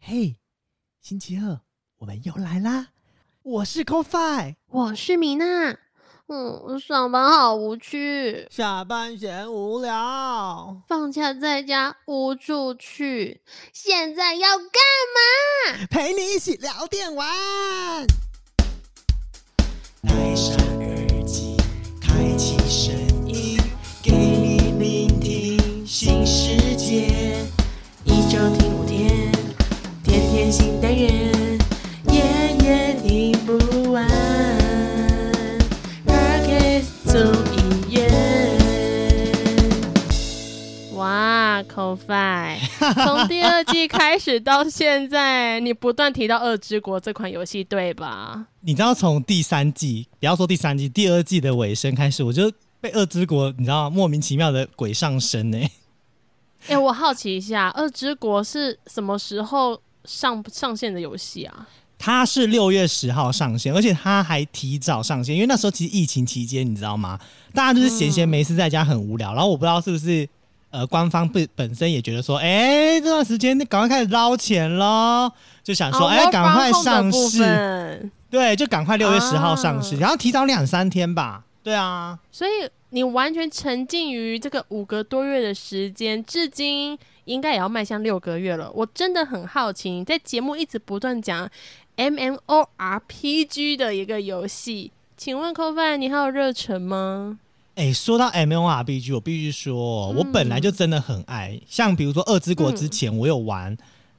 嘿，星期二我们又来啦！我是 Coffee， 我是米娜。上班好无趣， 下班嫌无聊， 放假在家无处去，现在要干嘛？ 陪你一起聊电玩。 戴上耳机，开启声音，给你聆听新世界。一周听5天，天天新单元，夜夜听不完。综艺院， 哇 ，Coffee， 从第2季开始到现在，你不断提到《恶之国》这款游戏，对吧？ 你知道从第3季，不要说第3季，第2季的尾声开始，我就被恶之国，你知道莫名其妙的鬼上身欸。我好奇一下，《恶之国》是什么时候上线的游戏啊？ 它是6月10号上线，而且它还提早上线，因为那时候其实疫情期间，你知道吗？大家就是闲闲没事在家很无聊，然后我不知道是不是官方本身也觉得说，这段时间赶快开始捞钱咯，就想说赶快上市，对，就赶快6月10号上市，然后提早2-3天吧，对啊， 所以你完全沉浸于这个5个多月的时间，至今应该也要迈向6个月了。我真的很好奇，你在节目一直不断讲 MMORPG 的一个游戏，请问 Coffee 你还有热忱吗？ 说到 MMORPG， 我必须说，我本来就真的很爱，像比如说《恶之国》之前我有玩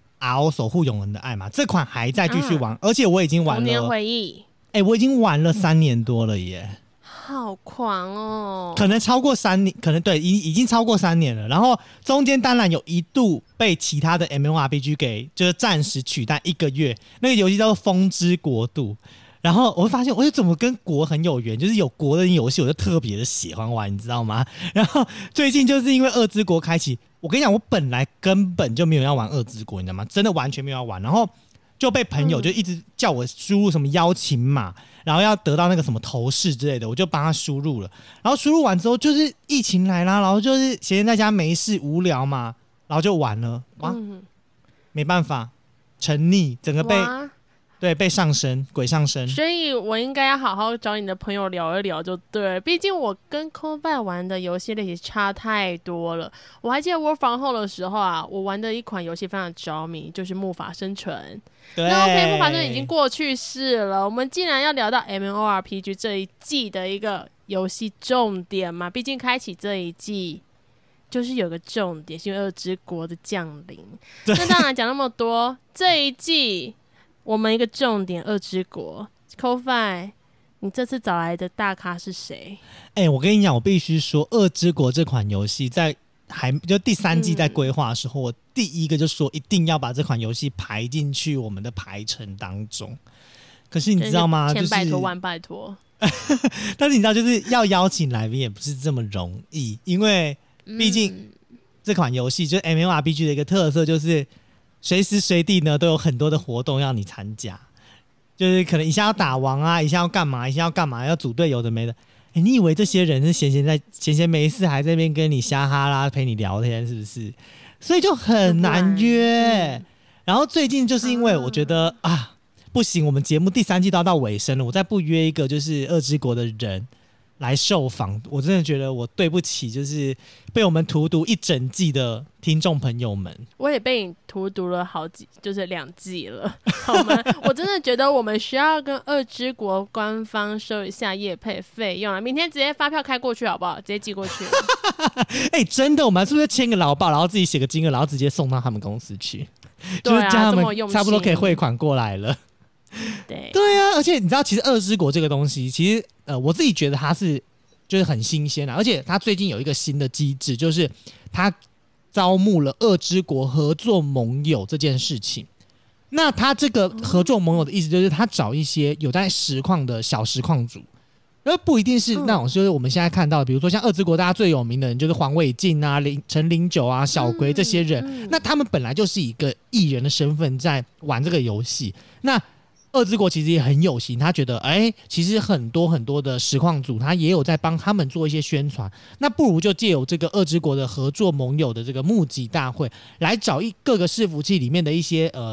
RO 守护永恒的爱嘛，这款还在继续玩，而且我已经玩了童年回忆， 我已经玩了3年多了耶。 好狂哦！ 可能超过3年，可能对，已经超过3年了。然后中间当然有一度被其他的 MMORPG 给就是暂时取代1个月，那个游戏叫做《风之国度》。然后我会发现，我怎么跟国很有缘，就是有国的游戏我就特别的喜欢玩，你知道吗？然后最近就是因为《恶之国》开启，我跟你讲，我本来根本就没有要玩《恶之国》，你知道吗？真的完全没有要玩，然后就被朋友就一直叫我输入什么邀请码。然后要得到那个什么头饰之类的，我就帮他输入了。然后输入完之后，就是疫情来啦，然后就是闲闲在家没事无聊嘛，然后就玩了。哇，没办法，沉溺，整个被上身，鬼上身。 所以我应该要好好找你的朋友聊一聊，就对。毕竟我跟 Coffee 玩的游戏类型差太多了。我还记得 Work from Home 的时候啊，我玩的一款游戏非常着迷，就是木法生存。那 OK， 木法生存已经过去式了。我们既然要聊到 MMORPG 这一季的一个游戏重点嘛，毕竟开启这一季就是有个重点，是因为恶之国的降临。那当然讲那么多，这一季我们一个重点，恶之国 Coffee， 你这次找来的大咖是谁？ 我跟你讲，我必须说，恶之国这款游戏就第3季在规划的时候，我第一个就说一定要把这款游戏排进去我们的排程当中。可是你知道吗？ 千拜托万拜托。 但是你知道，就是要邀请来宾也不是这么容易，因为毕竟这款游戏就是 MMORPG 的一个特色，就是随时随地呢都有很多的活动要你参加，就是可能一下要打王啊，一下要干嘛，一下要干嘛，要组队有的没的。你以为这些人是闲闲没事还在那边跟你瞎哈拉陪你聊天是不是？所以就很难约。然后最近就是因为我觉得不行，我们节目第3季都要到尾声了，我再不约一个就是恶之国的人来受访，我真的觉得我对不起就是被我们荼毒一整季的听众朋友们。 我也被你荼毒了就是2季了，好吗？我真的觉得我们需要跟恶之国官方收一下业配费用了，明天直接发票开过去好不好？直接寄过去。 真的，我们是不是签个劳报，然后自己写个金额，然后直接送到他们公司去？ 对啊， 就是叫他们差不多可以汇款过来了。对啊，而且你知道，其实恶之国这个东西，其实我自己觉得它就是很新鲜而且它最近有一个新的机制，就是它招募了恶之国合作盟友这件事情。那它这个合作盟友的意思就是，他找一些有在实况的小实况组，而不一定是那种就是我们现在看到的，比如说像恶之国大家最有名的人就是黄伟晋啊、陈零九啊、小葵这些人，那他们本来就是以一个艺人的身份在玩这个游戏。那恶之国其实也很有心，他觉得其实很多很多的实况组他也有在帮他们做一些宣传，那不如就借由这个恶之国的合作盟友的这个募集大会，来找各个伺服器里面的一些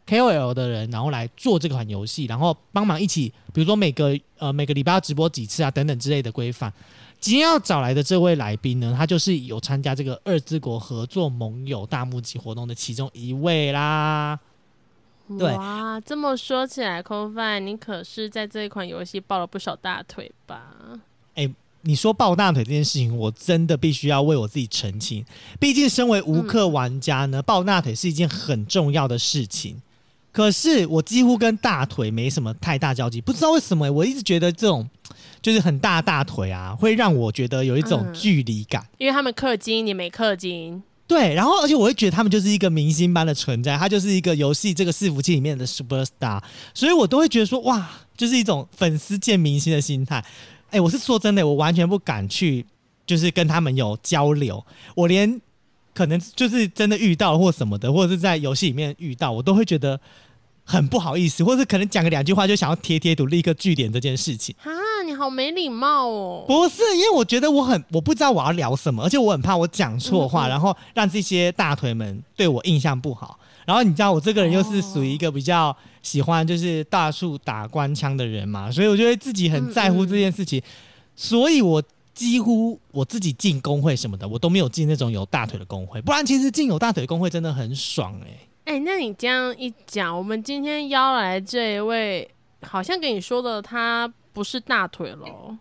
KOL 的人，然后来做这款游戏，然后帮忙一起，比如说每个礼拜要直播几次啊，等等之类的规范。今天要找来的这位来宾呢，他就是有参加这个二之国合作盟友大募集活动的其中一位啦。对， 哇，这么说起来 ，CoFi 你可是在这一款游戏抱了不少大腿吧？ 你说抱大腿这件事情，我真的必须要为我自己澄清。毕竟身为无氪玩家呢，抱大腿是一件很重要的事情。可是我几乎跟大腿没什么太大交集，不知道为什么我一直觉得这种就是很大大腿啊，会让我觉得有一种距离感。 因为他们氪金，你没氪金。 对，然后而且我会觉得他们就是一个明星般的存在，他就是一个游戏这个伺服器里面的 superstar， 所以我都会觉得说哇，就是一种粉丝见明星的心态。我是说真的，我完全不敢去就是跟他们有交流，我连可能就是真的遇到或什么的，或者是在游戏里面遇到，我都会觉得很不好意思，或者是可能讲个2句话就想要贴图立刻据点这件事情。 你好没礼貌哦！ 不是，因为我觉得我不知道我要聊什么，而且我很怕我讲错话，然后让这些大腿们对我印象不好。然后你知道我这个人又是属于一个比较喜欢就是大树打官腔的人嘛，所以我觉得自己很在乎这件事情，所以我几乎我自己进工会什么的，我都没有进那种有大腿的工会，不然其实进有大腿的工会真的很爽那你这样一讲，我们今天邀来这一位，好像跟你说的他不是大腿咯。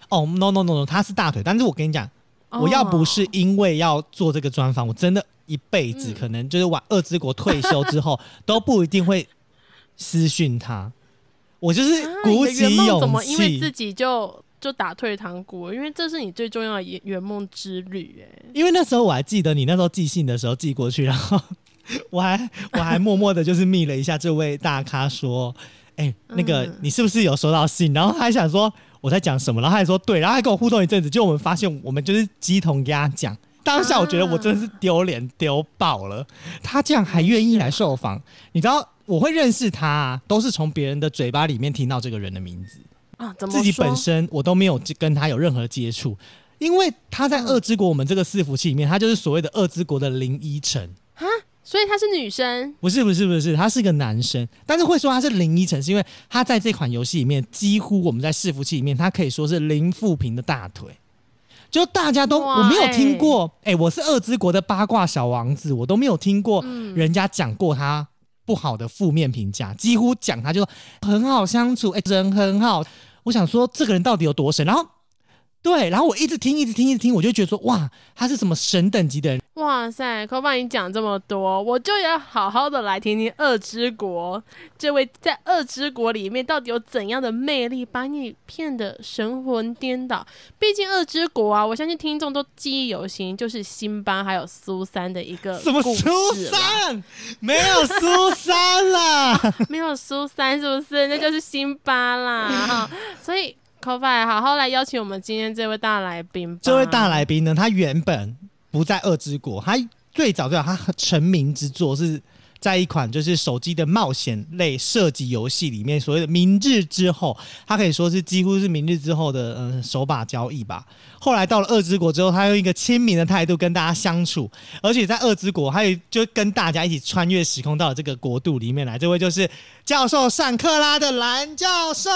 no， 他是大腿，但是我跟你讲，我要不是因为要做这个专访，我真的一辈子可能就是玩二之国退休之后都不一定会私讯他。我就是鼓起勇气。 你的圆梦怎么因为自己就打退堂鼓？因为这是你最重要的圆梦之旅因为那时候我还记得你那时候寄信的时候寄过去，然后我还默默的就是密了一下这位大咖说那个你是不是有收到信？然后他还想说我在讲什么，然后他还说对，然后还跟我互动一阵子，就我们发现我们就是鸡同鸭讲。当下我觉得我真的是丢脸丢爆了，他这样还愿意来受访。你知道我会认识他都是从别人的嘴巴里面听到这个人的名字怎么说？ 自己本身我都没有跟他有任何接触，因为他在二之国我们这个伺服器里面，他就是所谓的二之国的林依晨。 所以她是女生？ 不是，他是个男生。但是会说他是林依晨，是因为他在这款游戏里面，几乎我们在伺服器里面，他可以说是零负评的大腿。就大家都我没有听过，我是二之国的八卦小王子，我都没有听过人家讲过他不好的负面评价，几乎讲他就说很好相处，人很好。我想说这个人到底有多神？然后我一直听，我就觉得说哇，他是什么神等级的人？ 哇塞，CoFi你讲这么多，我就要好好的来听听二之国这位在二之国里面到底有怎样的魅力，把你骗得神魂颠倒。毕竟二之国啊，我相信听众都记忆犹新，就是辛巴还有苏珊的一个故事。 什么苏珊？没有苏珊啦， 没有苏珊是不是？那就是辛巴啦。所以CoFi好好来邀请我们今天这位大来宾吧。 这位大来宾呢，他原本不在二之国，他最早他成名之作是在一款就是手机的冒险类射击游戏里面，所谓的明日之后，他可以说是几乎是明日之后的手把交易吧。后来到了二之国之后，他用一个亲民的态度跟大家相处，而且在二之国还有就跟大家一起穿越时空到了这个国度里面来。这位就是教授上克拉的蓝教授。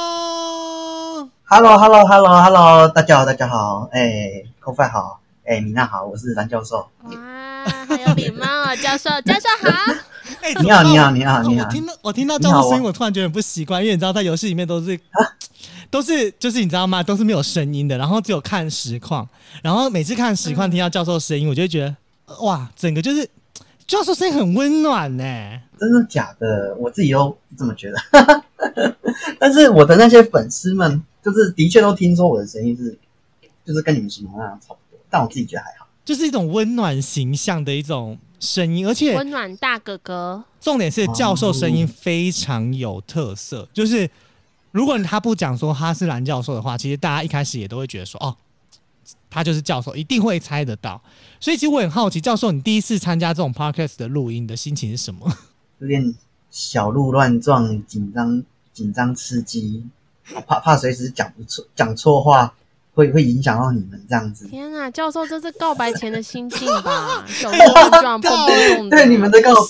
Hello， 大家好，CoFi 好。米娜好，我是蓝教授。 哇，好有礼貌啊，教授好。 你好。 我听到教授声音，我突然觉得很不习惯，因为你知道在游戏里面都是就是你知道吗？都是没有声音的，然后只有看实况，然后每次看实况听到教授声音，我就会觉得哇，整个就是教授声音很温暖真的假的？我自己都这么觉得。但是我的那些粉丝们，就是的确都听说我的声音就是跟你们形容那样差不多。但我自己觉得还好， 就是一种温暖形象的一种声音，而且温暖大哥哥。 重点是教授声音非常有特色，就是如果他不讲说他是蓝教授的话，其实大家一开始也都会觉得说他就是教授，一定会猜得到。所以其实我很好奇，教授你第一次参加这种 podcast 的录音的心情是什么？ 有点小鹿乱撞，紧张刺激，怕随时讲错话。会影响到你们这样子。 天啊，教授，这是告白前的心境吧？小鹿乱撞，蹦蹦蹦的。 对你们的告白，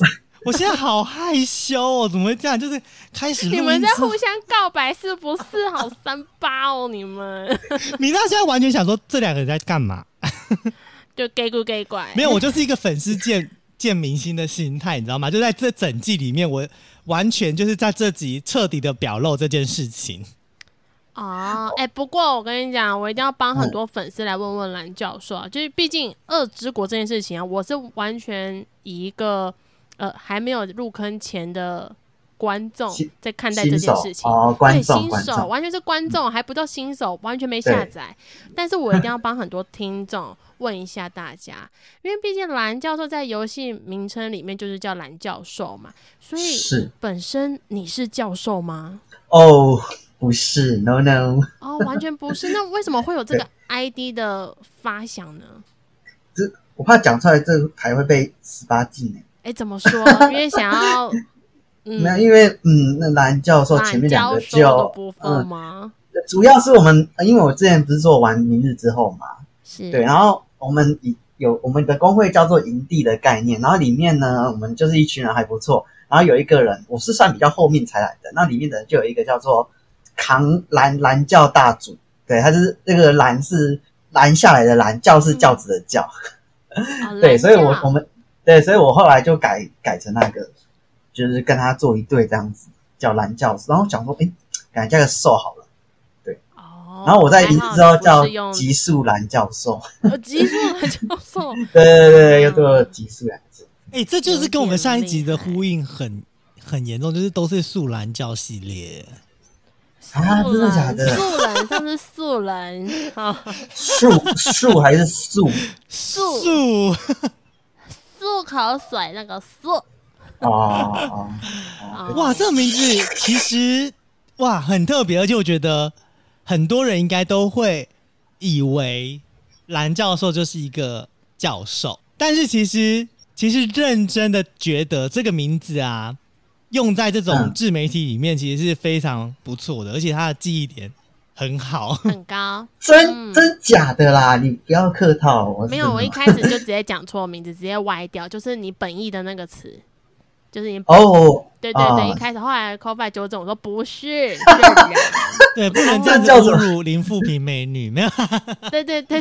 我现在好害羞哦，怎么会这样？就是开始录音你们在之后互相告白是不是？好38哦，你们米娜现在完全想说这两个人在干嘛？ 就 gay 咕 gay 怪。 没有，我就是一个粉丝见明星的心态，你知道吗？就在这整季里面，我完全就是在这集彻底的表露这件事情。 哦，不过我跟你讲，我一定要帮很多粉丝来问问蓝教授啊，就是毕竟恶之国这件事情啊，我是完全以一个还没有入坑前的观众在看待这件事情。 观众， 新手完全是观众，还不到新手，完全没下载。但是我一定要帮很多听众问一下大家，因为毕竟蓝教授在游戏名称里面就是叫蓝教授嘛，所以本身你是教授吗？ 哦。不是 ，no no， 哦，完全不是。那为什么会有这个 ID 的发想呢？ 我怕讲出来这台会被18禁怎么说？因为想要， 没有，因为那蓝教授前面两个就的部分吗？ 主要是我们，因为我之前不是说玩明日之后嘛， 是对，然后我们有我们的工会叫做营地的概念，然后里面呢，我们就是一群人还不错，然后有一个人我是算比较后面才来的，那里面的人就有一个叫做扛蓝教大主，对，他是那个蓝是蓝下来的蓝，教是教子的教，对，所以我们对，所以我后来就改成那个，就是跟他做一对这样子，叫蓝教，然后想说，感觉叫个兽好了，对，然后我在名字之后叫极速蓝教授， 极速蓝教授， 对，又多了极速两字， 这就是跟我们上一集的呼应很严重，就是都是素蓝教系列。 啊，真的假的？ 素人像是素人， 树还是素口水那个素。 哇，这个名字其实很特别，而且我觉得很多人应该都会以为蓝教授就是一个教授，但是其实认真的觉得这个名字啊。用在这种自媒体里面，其实是非常不错的，而且它的记忆点很好， 很高。 真假的啦，你不要客套。 没有，我一开始就直接讲错名字，直接歪掉，就是你本意的那个词，就是你对，一开始后来 Kobe 纠正我说不是， 对，不能这样子侮辱林富平美女，没有， 对。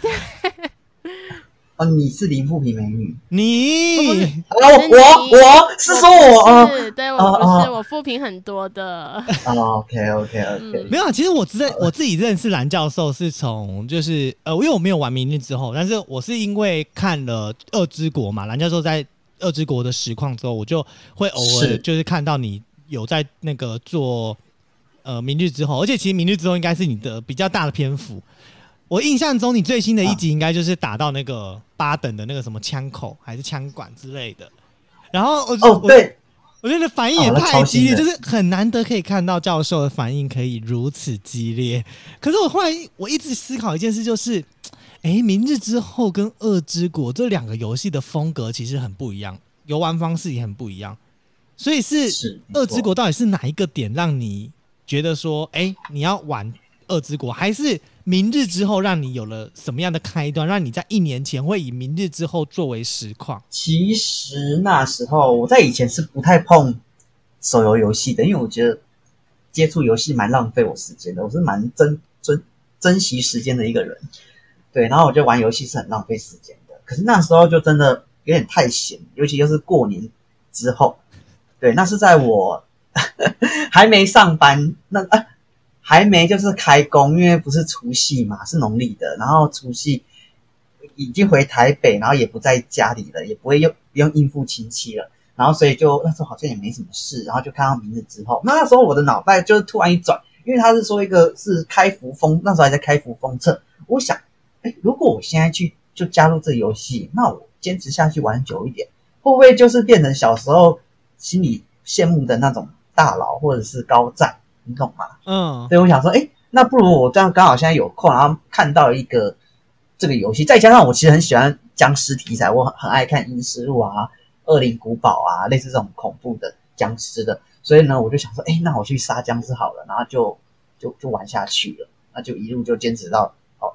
你是林富平美女， 你我是说我对，我不是，我富平很多的。 OK， 没有，其实我自己认识蓝教授是从就是因为我没有玩明日之后，但是我是因为看了恶之国嘛，蓝教授在恶之国的实况之后，我就会偶尔就是看到你有在那个做明日之后，而且其实明日之后应该是你的比较大的篇幅。我印象中，你最新的一集应该就是打到那个8等的那个什么枪口还是枪管之类的，然后对， 我觉得反应也太激烈，就是很难得可以看到教授的反应可以如此激烈。可是我后来我一直思考一件事，就是明日之后跟恶之国这两个游戏的风格其实很不一样，游玩方式也很不一样，所以是恶之国到底是哪一个点让你觉得说你要玩恶之国，还是明日之后让你有了什么样的开端，让你在1年前会以明日之后作为实况？其实那时候我在以前是不太碰手游游戏的，因为我觉得接触游戏蛮浪费我时间的，我是蛮珍惜时间的一个人。对，然后我觉得玩游戏是很浪费时间的。可是那时候就真的有点太闲，尤其又是过年之后。对，那是在我还没上班，还没就是开工，因为不是除夕嘛，是农历的，然后除夕已经回台北，然后也不在家里了，也不会用应付亲戚了，然后所以就那时候好像也没什么事，然后就看到明日之后，那时候我的脑袋就是突然一转，因为他是说一个是开服封，那时候还在开服封测，我想如果我现在就加入这个游戏，那我坚持下去玩久一点，会不会就是变成小时候心里羡慕的那种大佬或者是高赞，你懂吗？所以我想说那不如我这样刚好现在有空，然后看到一个这个游戏，再加上我其实很喜欢僵尸题材，我很爱看《阴尸路》啊、恶灵古堡啊，类似这种恐怖的僵尸的，所以呢我就想说那我去杀僵尸好了，然后就玩下去了，那就一路就坚持到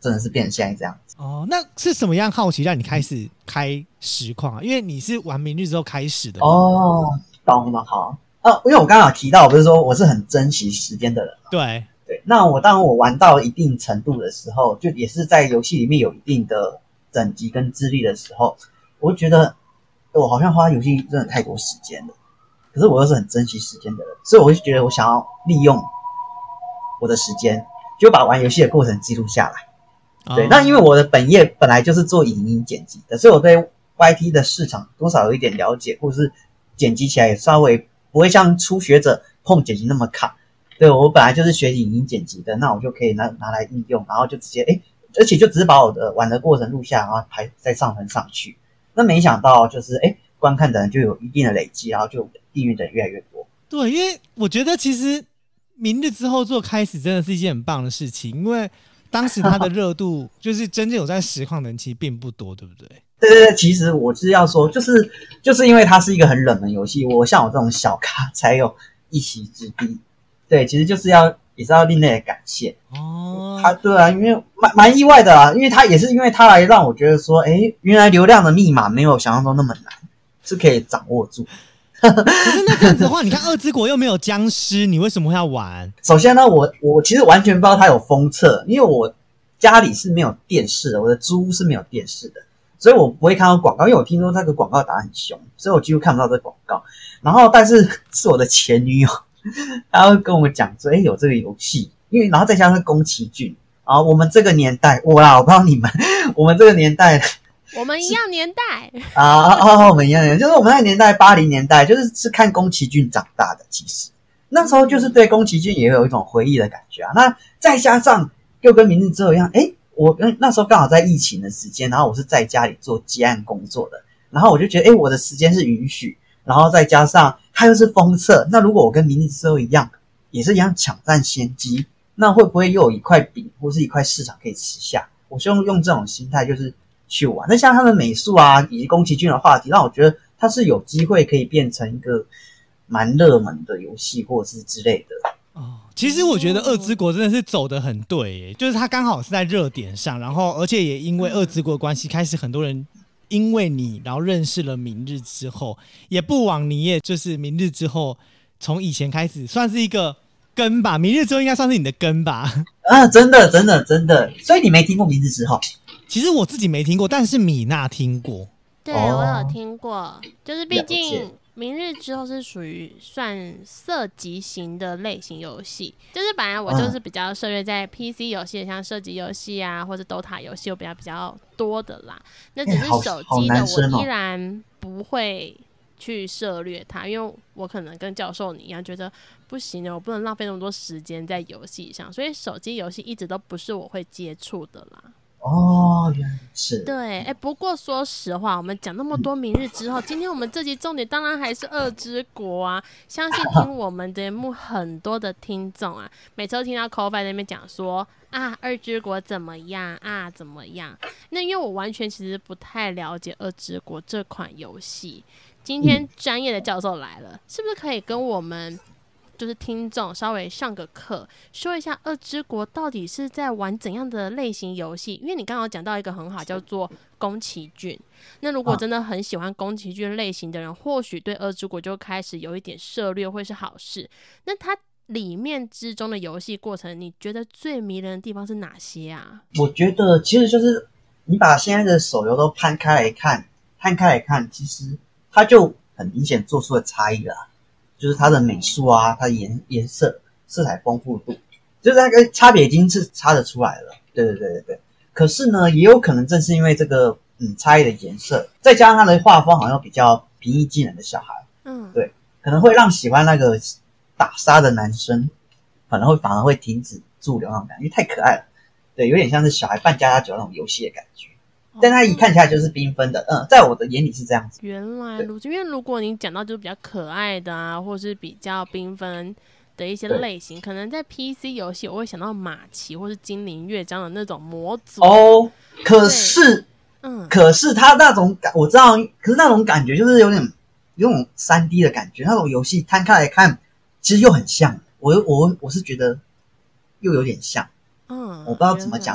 真的是变成现在这样子。 哦，那是什么样好奇让你开始开实况啊？因为你是玩明日之后开始的嘛。 哦，懂了，好。因为我刚刚有提到，我不是说我是很珍惜时间的人嘛。 对对，那当我玩到一定程度的时候，就也是在游戏里面有一定的等级跟资历的时候，我就觉得我好像花游戏真的太多时间了。可是我又是很珍惜时间的人，所以我就觉得我想要利用我的时间，就把玩游戏的过程记录下来。对，那因为我的本业本来就是做影音剪辑的，所以我对 YT 的市场多少有一点了解，或者是剪辑起来也稍微不会像初学者碰剪辑那么卡。对，我本来就是学影音剪辑的，那我就可以拿来应用，然后就直接而且就只是把我的玩的过程录下，然后再上传上去。那没想到就是观看的人就有一定的累积，然后就订阅的人越来越多。 对，因为我觉得其实明日之后做开始真的是一件很棒的事情，因为当时它的热度就是真正有在实况的人其实并不多，对不对？ 对，其实我是要说，就是因为它是一个很冷门游戏，像我这种小咖才有一席之地。对，其实也是要另类的感谢哦。对啊，因为蛮意外的啦，因为它来让我觉得说，原来流量的密码没有想象中那么难，是可以掌握住。 可是那这样子的话，你看《恶之国》又没有僵尸，你为什么会要玩？ 首先呢，我其实完全不知道它有封测，因为我家里是没有电视的，我的租屋是没有电视的，所以我不会看到广告，因为我听说那个广告打很凶，所以我几乎看不到这个广告。然后，但是我的前女友，她会跟我讲说，有这个游戏，然后再加上宫崎骏啊，我们这个年代，我不知道你们，我们这个年代。 我们一样年代我们一样年代，就是我们那个年代80年代，是看宫崎骏长大的。其实那时候就是对宫崎骏也有一种回忆的感觉啊。那再加上又跟明日之后一样，我那时候刚好在疫情的时间，然后我是在家里做接案工作的，然后我就觉得我的时间是允许，然后再加上它又是封测，那如果我跟明日之后一样，也是一样抢占先机，那会不会又有一块饼或是一块市场可以吃下？我是用这种心态就是去玩。那像他的美术啊，以及宫崎骏的话题，让我觉得它是有机会可以变成一个蛮热门的游戏，或者是之类的。 其实我觉得《恶之国》真的是走得很对耶，就是它刚好是在热点上，然后而且也因为《恶之国》的关系，开始很多人因为你然后认识了明日之后，也不枉你也就是明日之后从以前开始算是一个根吧，明日之后应该算是你的根吧。 真的，所以你没听过明日之后？ 其实我自己没听过，但是米娜听过。 对，我有听过，就是毕竟明日之后是属于算射击型的类型游戏，就是本来我就是比较涉猎在 PC 游戏，像射击游戏啊或者 DOTA 游戏，我比较多的啦。那只是手机的我依然不会去涉猎它，因为我可能跟教授你一样，觉得不行的，我不能浪费那么多时间在游戏上，所以手机游戏一直都不是我会接触的啦。 原来是。 对，不过说实话，我们讲那么多明日之后，今天我们这集重点当然还是恶之国啊。相信听我们节目很多的听众啊，每次都听到 Coffee 在那边讲说恶之国怎么样啊怎么样。那因为我完全其实不太了解恶之国这款游戏，今天专业的教授来了，是不是可以跟我们就是听众稍微上个课，说一下恶之国到底是在玩怎样的类型游戏？因为你刚刚讲到一个很好，叫做宫崎骏。那如果真的很喜欢宫崎骏类型的人，或许对恶之国就开始有一点涉猎会是好事。那它里面之中的游戏过程，你觉得最迷人的地方是哪些啊？ 我觉得其实就是你把现在的手游都摊开来看，其实它就很明显做出了差异了。就是它的美术啊，它的颜色、色彩丰富度，就是那个差别已经是差得出来了。对。可是呢，也有可能正是因为这个差异的颜色，再加上它的画风好像比较平易近人的小孩，对，可能会让喜欢那个打杀的男生反而会停止驻留那种感觉，因为太可爱了。对，有点像是小孩扮家家酒那种游戏的感觉。但它一看起来就是缤纷的，在我的眼里是这样子。 原来如此，因为如果你讲到就是比较可爱的啊，或是比较缤纷的一些类型，可能在 PC 游戏我会想到马奇或是精灵乐章的那种模组。 可是它那种我知道，可是那种感觉就是有种 3D 的感觉，那种游戏摊开来看，其实又很像。我是觉得又有点像，我不知道怎么讲那种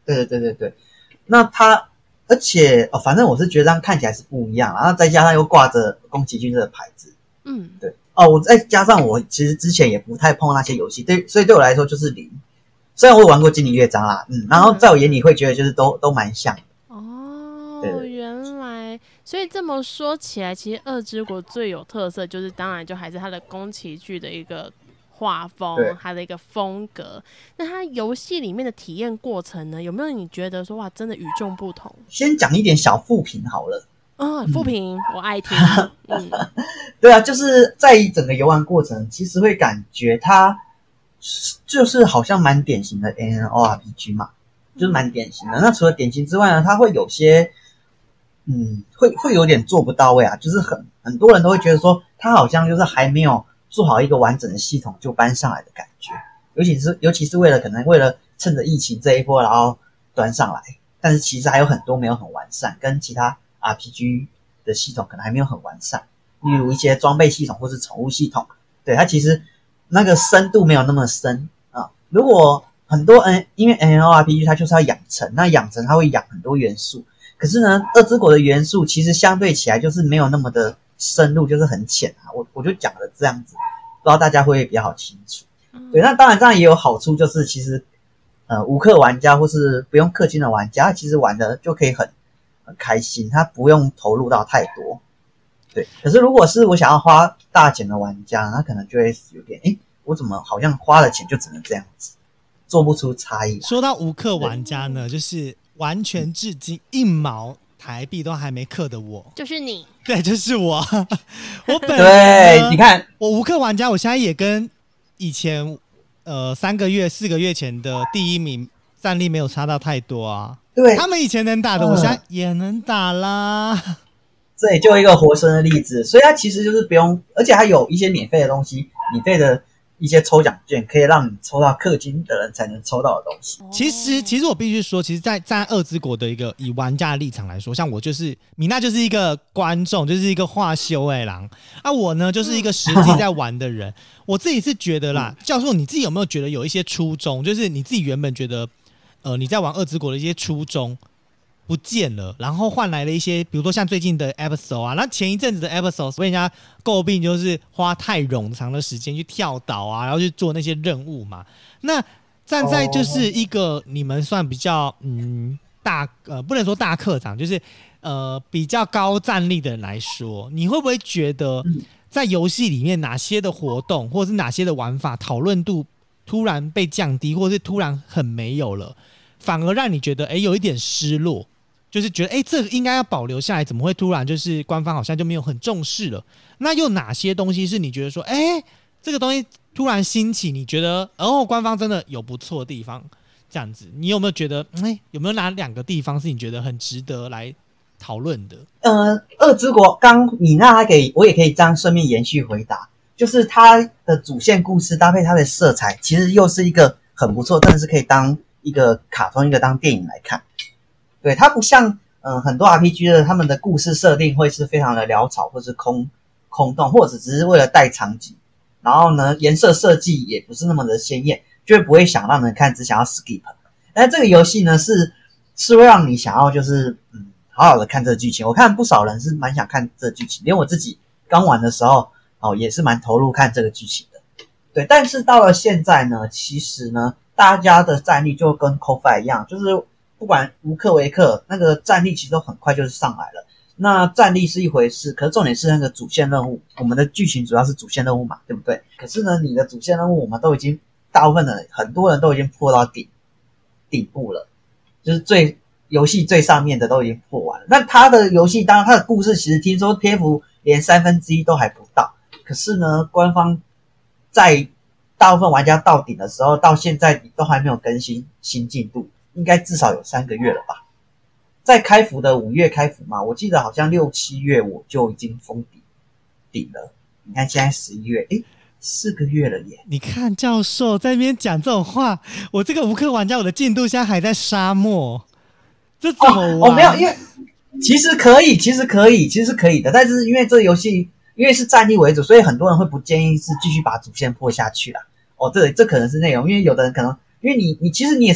对。那它而且反正我是觉得这样看起来是不一样，然后再加上又挂着宫崎骏这个牌子，对我再加上我其实之前也不太碰那些游戏，对，所以对我来说就是零。虽然我有玩过精灵乐章啦，然后在我眼里会觉得就是都蛮像的。对， 原来，所以这么说起来，其实二之国最有特色就是，当然就还是它的宫崎骏的一个画风，它的一个风格。那它游戏里面的体验过程呢，有没有你觉得说哇，真的与众不同？ 先讲一点小负评好了。 负评我爱听。 对啊，就是在整个游玩过程，其实会感觉它就是好像蛮典型的 MMORPG 嘛，就是蛮典型的。那除了典型之外呢，它会有些会有点做不到位啊，就是很多人都会觉得说，它好像就是还没有做好一个完整的系统就搬上来的感觉，尤其是可能为了趁着疫情这一波然后端上来，但是其实还有很多没有很完善，跟其他 RPG 的系统可能还没有很完善，例如一些装备系统或是宠物系统，对，它其实那个深度没有那么深啊。如果很多因为 MMORPG 它就是要养成，那养成它会养很多元素，可是呢二之国的元素其实相对起来就是没有那么的深入，就是很浅啊。我就讲的这样子，不知道大家会不会比较好清楚。对，那当然这样也有好处，就是其实无氪玩家或是不用氪金的玩家，其实玩的就可以很开心，他不用投入到太多。对，可是如果是我想要花大钱的玩家，他可能就会有点我怎么好像花了钱就只能这样子，做不出差异。 说到无氪玩家呢，就是完全至今1毛台币都还没氪的我， 就是你。 对，就是我。我本人对，你看我无氪玩家，我现在也跟以前3个月4个月前的第一名战力没有差到太多啊。 对， 他们以前能打的，我现在也能打啦。 这里就一个活生的例子，所以它其实就是不用，而且还有一些免费的东西，免费的一些抽奖券，可以让你抽到氪金的人才能抽到的东西。 其实我必须说，其实在站在二之国的一个以玩家的立场来说，像我就是米娜就是一个观众，就是一个画修郎啊，我呢就是一个实际在玩的人。我自己是觉得啦，教授你自己有没有觉得有一些初衷，就是你自己原本觉得你在玩二之国的一些初衷不见了，然后换来了一些，比如说像最近的 episode 啊，那前一阵子的 episode 被人家诟病就是花太冗长的时间去跳岛啊，然后去做那些任务嘛。那站在就是一个你们算比较不能说大课长，就是比较高战力的人来说，你会不会觉得在游戏里面哪些的活动或者是哪些的玩法讨论度突然被降低，或者是突然很没有了，反而让你觉得有一点失落？就是觉得这个应该要保留下来，怎么会突然就是官方好像就没有很重视了？那又哪些东西是你觉得说这个东西突然兴起，你觉得官方真的有不错的地方？这样子，你有没有觉得有没有哪2个地方是你觉得很值得来讨论的？ 二之国刚米娜我也可以这样顺便延续回答，就是它的主线故事搭配它的色彩，其实又是一个很不错，真的是可以当一个卡通一个当电影来看。对，它不像很多 RPG 的他们的故事设定会是非常的潦草或是空洞，或者只是为了带场景，然后呢颜色设计也不是那么的鲜艳，就会不会想让人看，只想要 skip。但这个游戏呢是会让你想要就是好好的看这个剧情。我看不少人是蛮想看这个剧情，连我自己刚玩的时候也是蛮投入看这个剧情的。对，但是到了现在呢，其实呢大家的战力就跟 Coffee 一样，就是不管无氪为氪，那个战力其实都很快就是上来了。那战力是一回事，可是重点是那个主线任务，我们的剧情主要是主线任务嘛，对不对？可是呢，你的主线任务我们都已经大部分的很多人都已经破到顶部了，就是游戏最上面的都已经破完了。那他的游戏当然他的故事其实听说篇幅连1/3都还不到，可是呢，官方在大部分玩家到顶的时候，到现在都还没有更新新进度。应该至少有3个月了吧。在开服的5月开服嘛，我记得好像6、7月我就已经封顶了。你看现在11月，4个月了耶。 你看教授在那边讲这种话，我这个无氪玩家，我的进度现在还在沙漠，这怎么玩？ 没有，因为其实可以的，但是因为这个游戏因为是战力为主，所以很多人会不建议是继续把主线破下去啦。这可能是内容，因为有的人可能因为你其实你也是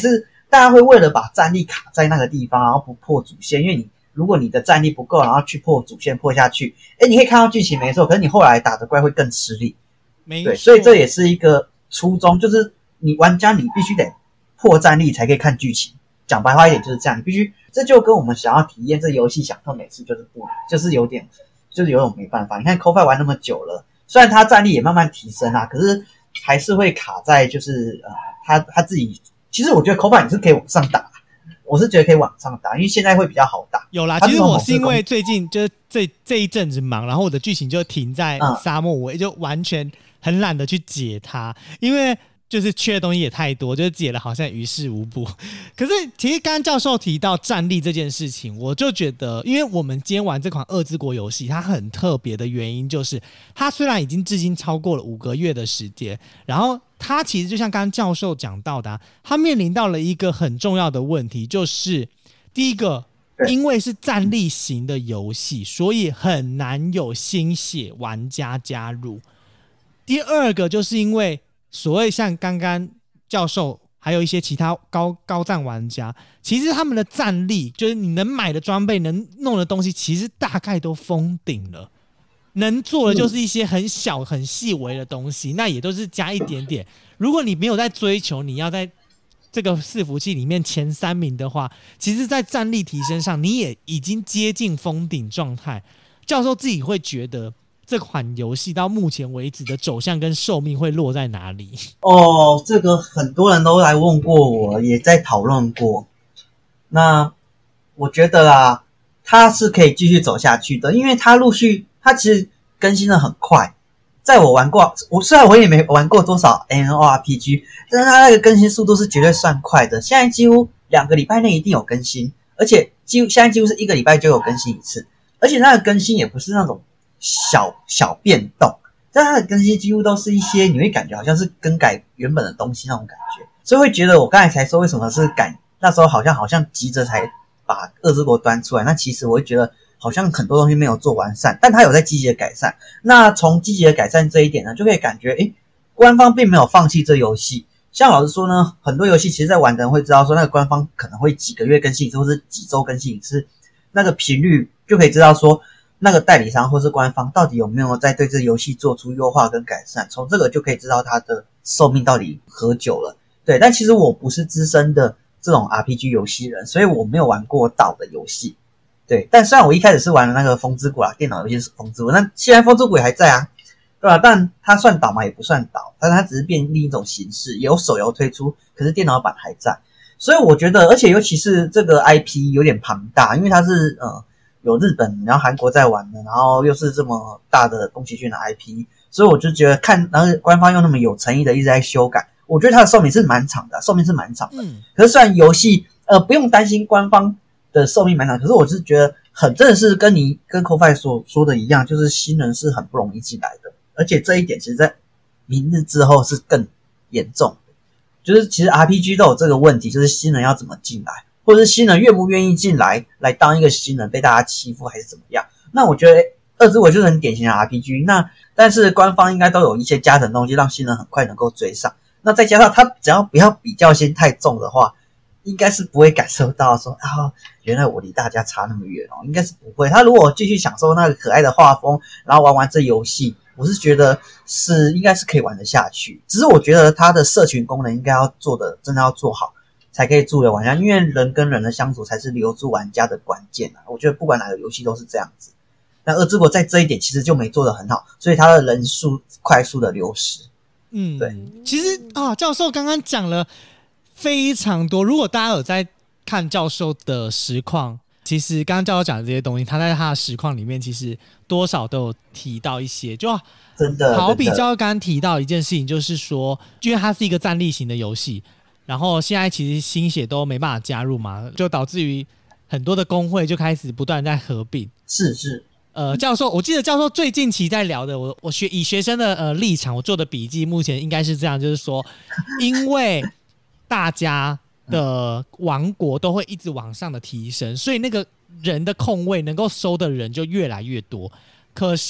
大家会为了把战力卡在那个地方，然后不破主线，因为如果你的战力不够，然后去破主线破下去，你可以看到剧情没错，可是你后来打的怪会更吃力。对，所以这也是一个初衷，就是你玩家你必须得破战力才可以看剧情。讲白话一点就是这样，你必须，这就跟我们想要体验这游戏享受每次就是有点没办法。你看 Coffee 玩那么久了，虽然他战力也慢慢提升啊，可是还是会卡在就是他自己。其实我觉得 Coffee 你是可以往上打，我是觉得可以往上打，因为现在会比较好打。 有啦，其实我是因为最近就是这一阵子忙，然后我的剧情就停在沙漠，我也就完全很懒得去解它，因为就是缺的东西也太多，就是解了好像于事无补。可是其实刚刚教授提到战力这件事情，我就觉得，因为我们今天玩这款《恶之国》游戏，它很特别的原因就是，它虽然已经至今超过了5个月的时间，然后它其实就像刚刚教授讲到的它面临到了一个很重要的问题，就是第一个，因为是战力型的游戏，所以很难有新血玩家加入。第二个就是因为所谓像刚刚教授还有一些其他高战玩家，其实他们的战力就是你能买的装备能弄的东西其实大概都封顶了，能做的就是一些很小很细微的东西，那也都是加一点点。如果你没有在追求你要在这个伺服器里面前3名的话，其实在战力提升上你也已经接近封顶状态。教授自己会觉得这款游戏到目前为止的走向跟寿命会落在哪里？ 这个很多人都来问过我，也在讨论过。那我觉得啦，它是可以继续走下去的，因为它其实更新的很快。在我玩过，虽然我也没玩过多少 MMORPG， 但是它那个更新速度是绝对算快的。现在几乎2个礼拜内一定有更新，而且现在几乎是1个礼拜就有更新一次，而且它的更新也不是那种小变动，但它的更新几乎都是一些你会感觉好像是更改原本的东西那种感觉，所以会觉得我刚才才说为什么是那时候好像急着才把恶之国端出来，那其实我会觉得好像很多东西没有做完善，但它有在积极的改善。那从积极的改善这一点呢，就可以感觉官方并没有放弃这游戏。像老实说呢，很多游戏其实在玩的人会知道说那个官方可能会几个月更新一次或是几周更新一次，那个频率就可以知道说那个代理商或是官方到底有没有在对这游戏做出优化跟改善，从这个就可以知道它的寿命到底何久了。对，但其实我不是资深的这种 RPG 游戏人，所以我没有玩过岛的游戏。对，但虽然我一开始是玩了那个风之谷啦，电脑游戏是风之谷，那现在风之谷也还在啊，对吧？但它算岛吗？也不算岛，但它只是变另一种形式，有手游推出，可是电脑版还在。所以我觉得，而且尤其是这个 IP 有点庞大，因为它是有日本然后韩国在玩的，然后又是这么大的宫崎骏的 IP， 所以我就觉得然后官方又那么有诚意的一直在修改，我觉得它的寿命是蛮长的，可是虽然游戏不用担心官方的寿命蛮长，可是我是觉得真的是跟Coffee 所说的一样，就是新人是很不容易进来的，而且这一点其实在明日之后是更严重的，就是其实 RPG 都有这个问题，就是新人要怎么进来，或者是新人愿不愿意进来当一个新人被大家欺负还是怎么样。那我觉得恶之国就是很典型的 RPG， 但是官方应该都有一些加成东西让新人很快能够追上，那再加上他只要不要比较心太重的话，应该是不会感受到说原来我离大家差那么远应该是不会。他如果继续享受那个可爱的画风，然后玩这游戏，我是觉得应该是可以玩得下去。只是我觉得他的社群功能应该要做的真的要做好，才可以助人玩家，因为人跟人的相处才是留住玩家的关键我觉得不管哪个游戏都是这样子。但恶之国在这一点其实就没做得很好，所以他的人数快速的流失。对， 其实教授刚刚讲了非常多，如果大家有在看教授的实况，其实刚刚教授讲的这些东西，他在他的实况里面其实多少都有提到一些，就真的好比教授刚刚提到一件事情，就是说因为它是一个战力型的游戏，然后现在其实新血都没办法加入嘛，就导致于很多的工会就开始不断在合并。 是教授，我记得教授最近期在聊的，我以学生的立场，我做的笔记目前应该是这样，就是说，因为大家的王国都会一直往上的提升，所以那个人的空位能够收的人就越来越多。可是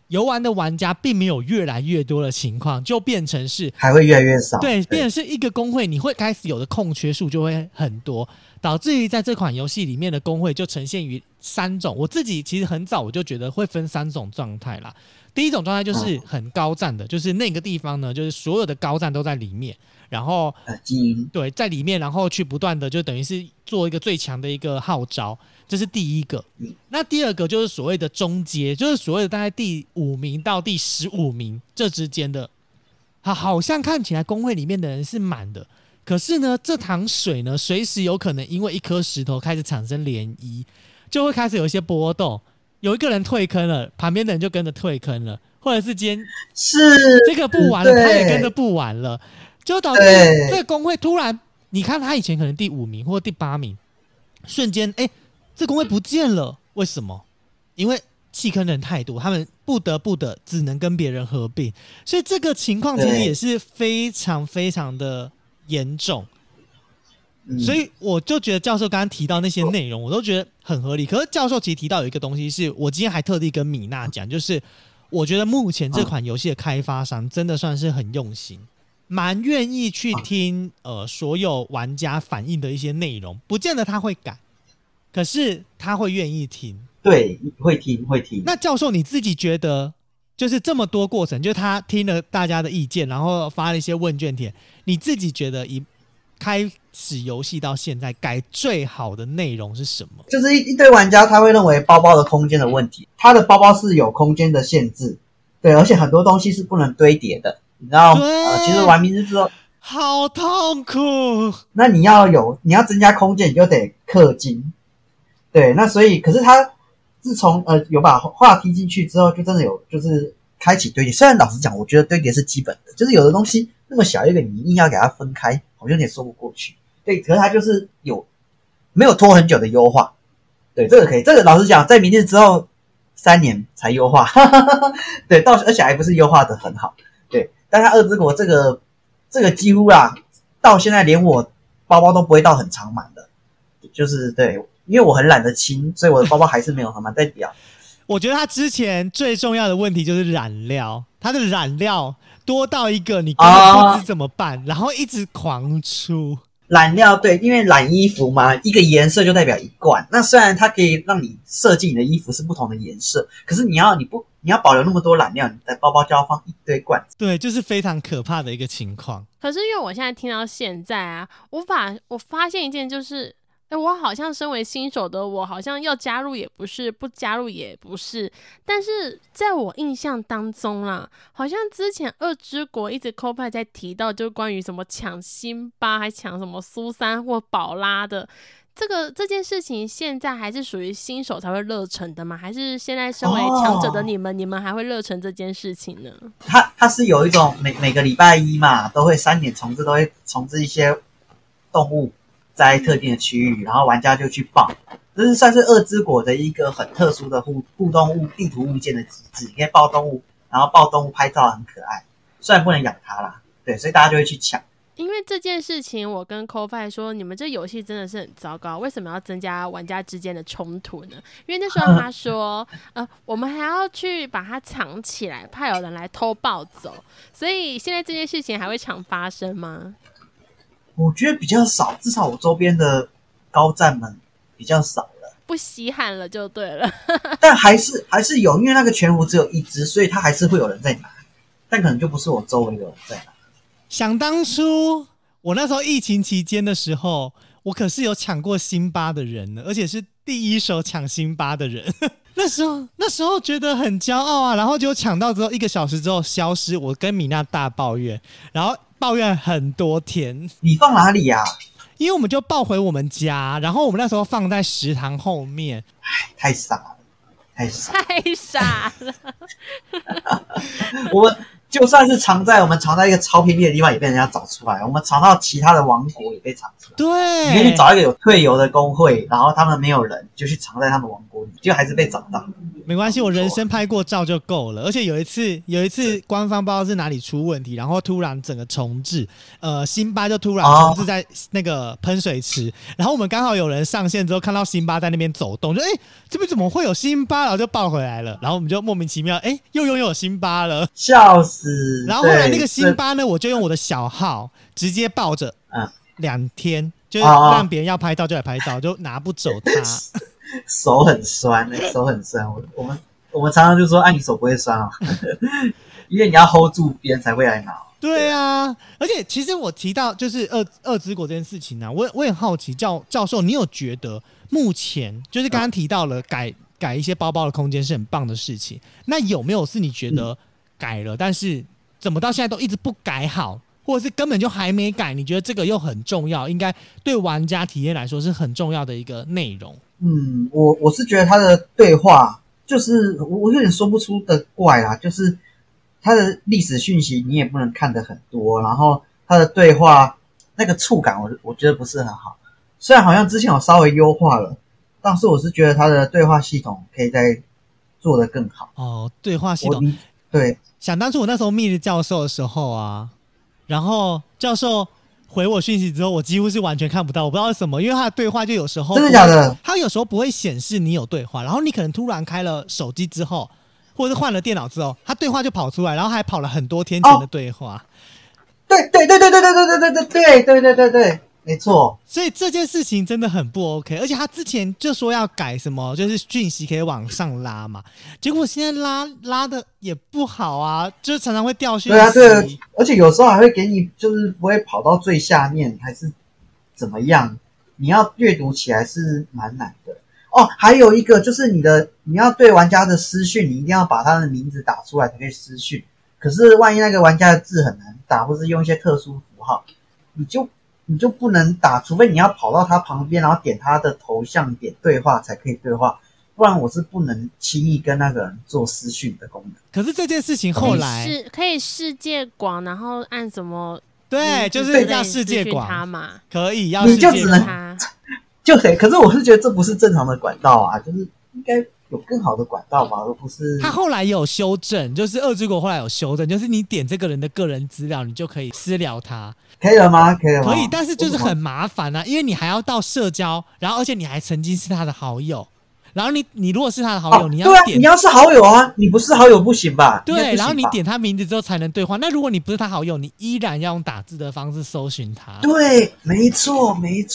游玩的玩家并没有越来越多的情况，就变成是还会越来越少。 对，变成是一个工会，你会开始有的空缺数就会很多，导致于在这款游戏里面的工会就呈现于3种。我自己其实很早我就觉得会分3种状态啦。第一种状态就是很高战的，就是那个地方呢，就是所有的高战都在里面，然后基因对在里面，然后去不断的就等于是做一个最强的一个号召，这是第一个。那第二个就是所谓的中阶，就是所谓的大概第5名到第15名这之间的，好像看起来工会里面的人是满的，可是呢，这塘水呢，随时有可能因为一颗石头开始产生涟漪，就会开始有一些波动。有一个人退坑了，旁边的人就跟着退坑了，或者是今天是这个不玩了，他也跟着不玩了，就导致这个工会突然，你看他以前可能第5名或第8名，瞬间这工会不见了，为什么？因为弃坑人太多，他们不得不的只能跟别人合并，所以这个情况其实也是非常非常的严重。所以我就觉得教授刚刚提到那些内容，我都觉得很合理。可是教授其实提到有一个东西，是我今天还特地跟米娜讲，就是我觉得目前这款游戏的开发商真的算是很用心，蛮愿意去听所有玩家反映的一些内容，不见得他会改，可是他会愿意听。 对，会听。 那教授你自己觉得，就是这么多过程，就是他听了大家的意见，然后发了一些问卷帖，你自己觉得以开始游戏到现在改最好的内容是什么？ 就是一堆玩家他会认为包包的空间的问题，他的包包是有空间的限制，对，而且很多东西是不能堆叠的，你知道其实玩明日之后好痛苦， 那你要增加空间，你就得氪金，对，那所以可是他自从有把话踢进去之后，就真的有就是开启堆叠。虽然老实讲，我觉得堆叠是基本的，就是有的东西那么小一个，你硬要给它分开，好像有点说不过去。对，可是它就是没有拖很久的优化。对，这个可以。这个老实讲，在明日之后3年才优化，对，而且还不是优化的很好。对，但它二之国这个几乎啦，到现在连我包包都不会到很长满的，就是对，因为我很懒得清，所以我的包包还是没有很满。代表我觉得他之前最重要的问题就是染料，他的染料多到一个你根本不知怎么办，然后一直狂出染料。对，因为染衣服嘛，一个颜色就代表一罐。那虽然它可以让你设计你的衣服是不同的颜色，可是你要保留那么多染料，你的包包就要放一堆罐子。 对，就是非常可怕的一个情况。 可是因为我现在听到现在啊，我发现一件就是。我好像身为新手的我，好像要加入也不是，不加入也不是。但是在我印象当中啦，好像之前二之国一直扣派在提到，就关于什么抢辛巴，还抢什么苏珊或宝拉的这件事情，现在还是属于新手才会热忱的吗？还是现在身为强者的你们还会热忱这件事情呢？ 它是有一种每个礼拜一嘛，都会3点重置，都会重置一些动物。在特定的区域，然后玩家就去报，这是算是二之国的一个很特殊的互动地图物件的机制。你可以抱动物，然后抱动物拍照很可爱，虽然不能养它啦，对，所以大家就会去抢。 因为这件事情，我跟 Ko-Fi 说，你们这游戏真的是很糟糕，为什么要增加玩家之间的冲突呢？因为那时候他说，我们还要去把它藏起来，怕有人来偷抱走，所以现在这件事情还会常发生吗？ 我觉得比较少，至少我周边的高战们比较少了， 不稀罕了就对了。 但还是有，因为那个全服只有1只，所以它还是会有人在拿，但可能就不是我周围有人在拿。 想当初我那时候疫情期间的时候，我可是有抢过辛巴的人呢，而且是第一手抢辛巴的人。那时候觉得很骄傲啊，然后就抢到之后1个小时之后消失，我跟米娜大抱怨，然后抱怨很多天。 你放哪里啊？ 因为我们就抱回我们家，然后我们那时候放在食堂后面。 太傻了。 太傻了。 就算是我们藏在一个超偏僻的地方，也被人家找出来。我们藏到其他的王国，也被藏出来。 对， 你可以去找一个有退游的工会，然后他们没有人，就去藏在他们王国里，就还是被找到。 没关系，我人生拍过照就够了。而且有一次官方不知道是哪里出问题，然后突然整个重置，辛巴就突然重置在那个喷水池，然后我们刚好有人上线之后看到辛巴在那边走动，就这边怎么会有辛巴，然后就抱回来了，然后我们就莫名其妙又拥有辛巴了， 笑死！ 然后后来那个辛巴呢，我就用我的小号直接抱着，2天，就是让别人要拍照就来拍照，就拿不走它。 手很酸，手很酸。我们常常就说，你手不会酸哦，因为你要 hold 住别人才会来拿。 对啊，而且其实我提到就是二之国这件事情啊，我也好奇，教授，你有觉得目前就是刚刚提到了改一些包包的空间是很棒的事情，那有没有是你觉得改了，但是怎么到现在都一直不改好，或者是根本就还没改？你觉得这个又很重要，应该对玩家体验来说是很重要的一个内容。 我是觉得他的对话就是我有点说不出的怪啦，就是他的历史讯息你也不能看得很多，然后他的对话那个触感我觉得不是很好，虽然好像之前有稍微优化了，但是我是觉得他的对话系统可以再做得更好。 对话系统， 对， 想当初我那时候密教授的时候啊，然后教授回我讯息之后，我几乎是完全看不到，我不知道为什么，因为他的对话就有时候真的假的， 他有时候不会显示你有对话，然后你可能突然开了手机之后，或者是换了电脑之后，他对话就跑出来，然后还跑了很多天前的对话。 对，没错。 所以这件事情真的很不 OK， 而且他之前就说要改什么，就是讯息可以往上拉嘛，结果现在拉的也不好啊，就是常常会掉讯息。 对啊，而且有时候还会给你，就是不会跑到最下面，还是怎么样？你要阅读起来是蛮难的。还有一个就是你要对玩家的私讯，你一定要把他的名字打出来才可以私讯。可是万一那个玩家的字很难打，或是用一些特殊符号，你就不能打，除非你要跑到他旁边，然后点他的头像，点对话才可以对话，不然我是不能轻易跟那个人做私讯的功能。 可是这件事情后来可以世界广，然后按什么？ 对，就是要世界广他嘛， 可以要世界广， 你就只能可是我是觉得这不是正常的管道啊，就是应该有更好的管道吧，而不是。 他后来有修正，就是二之国后来有修正，就是你点这个人的个人资料，你就可以私聊他。 可以了吗？可以， 但是就是很麻烦啊，因为你还要到社交，然后而且你还曾经是他的好友，然后你如果是他的好友，你要点， 你要是好友啊，你不是好友不行吧？ 对，然后你点他名字之后才能对话。那如果你不是他好友，你依然要用打字的方式搜寻他。 对，没错。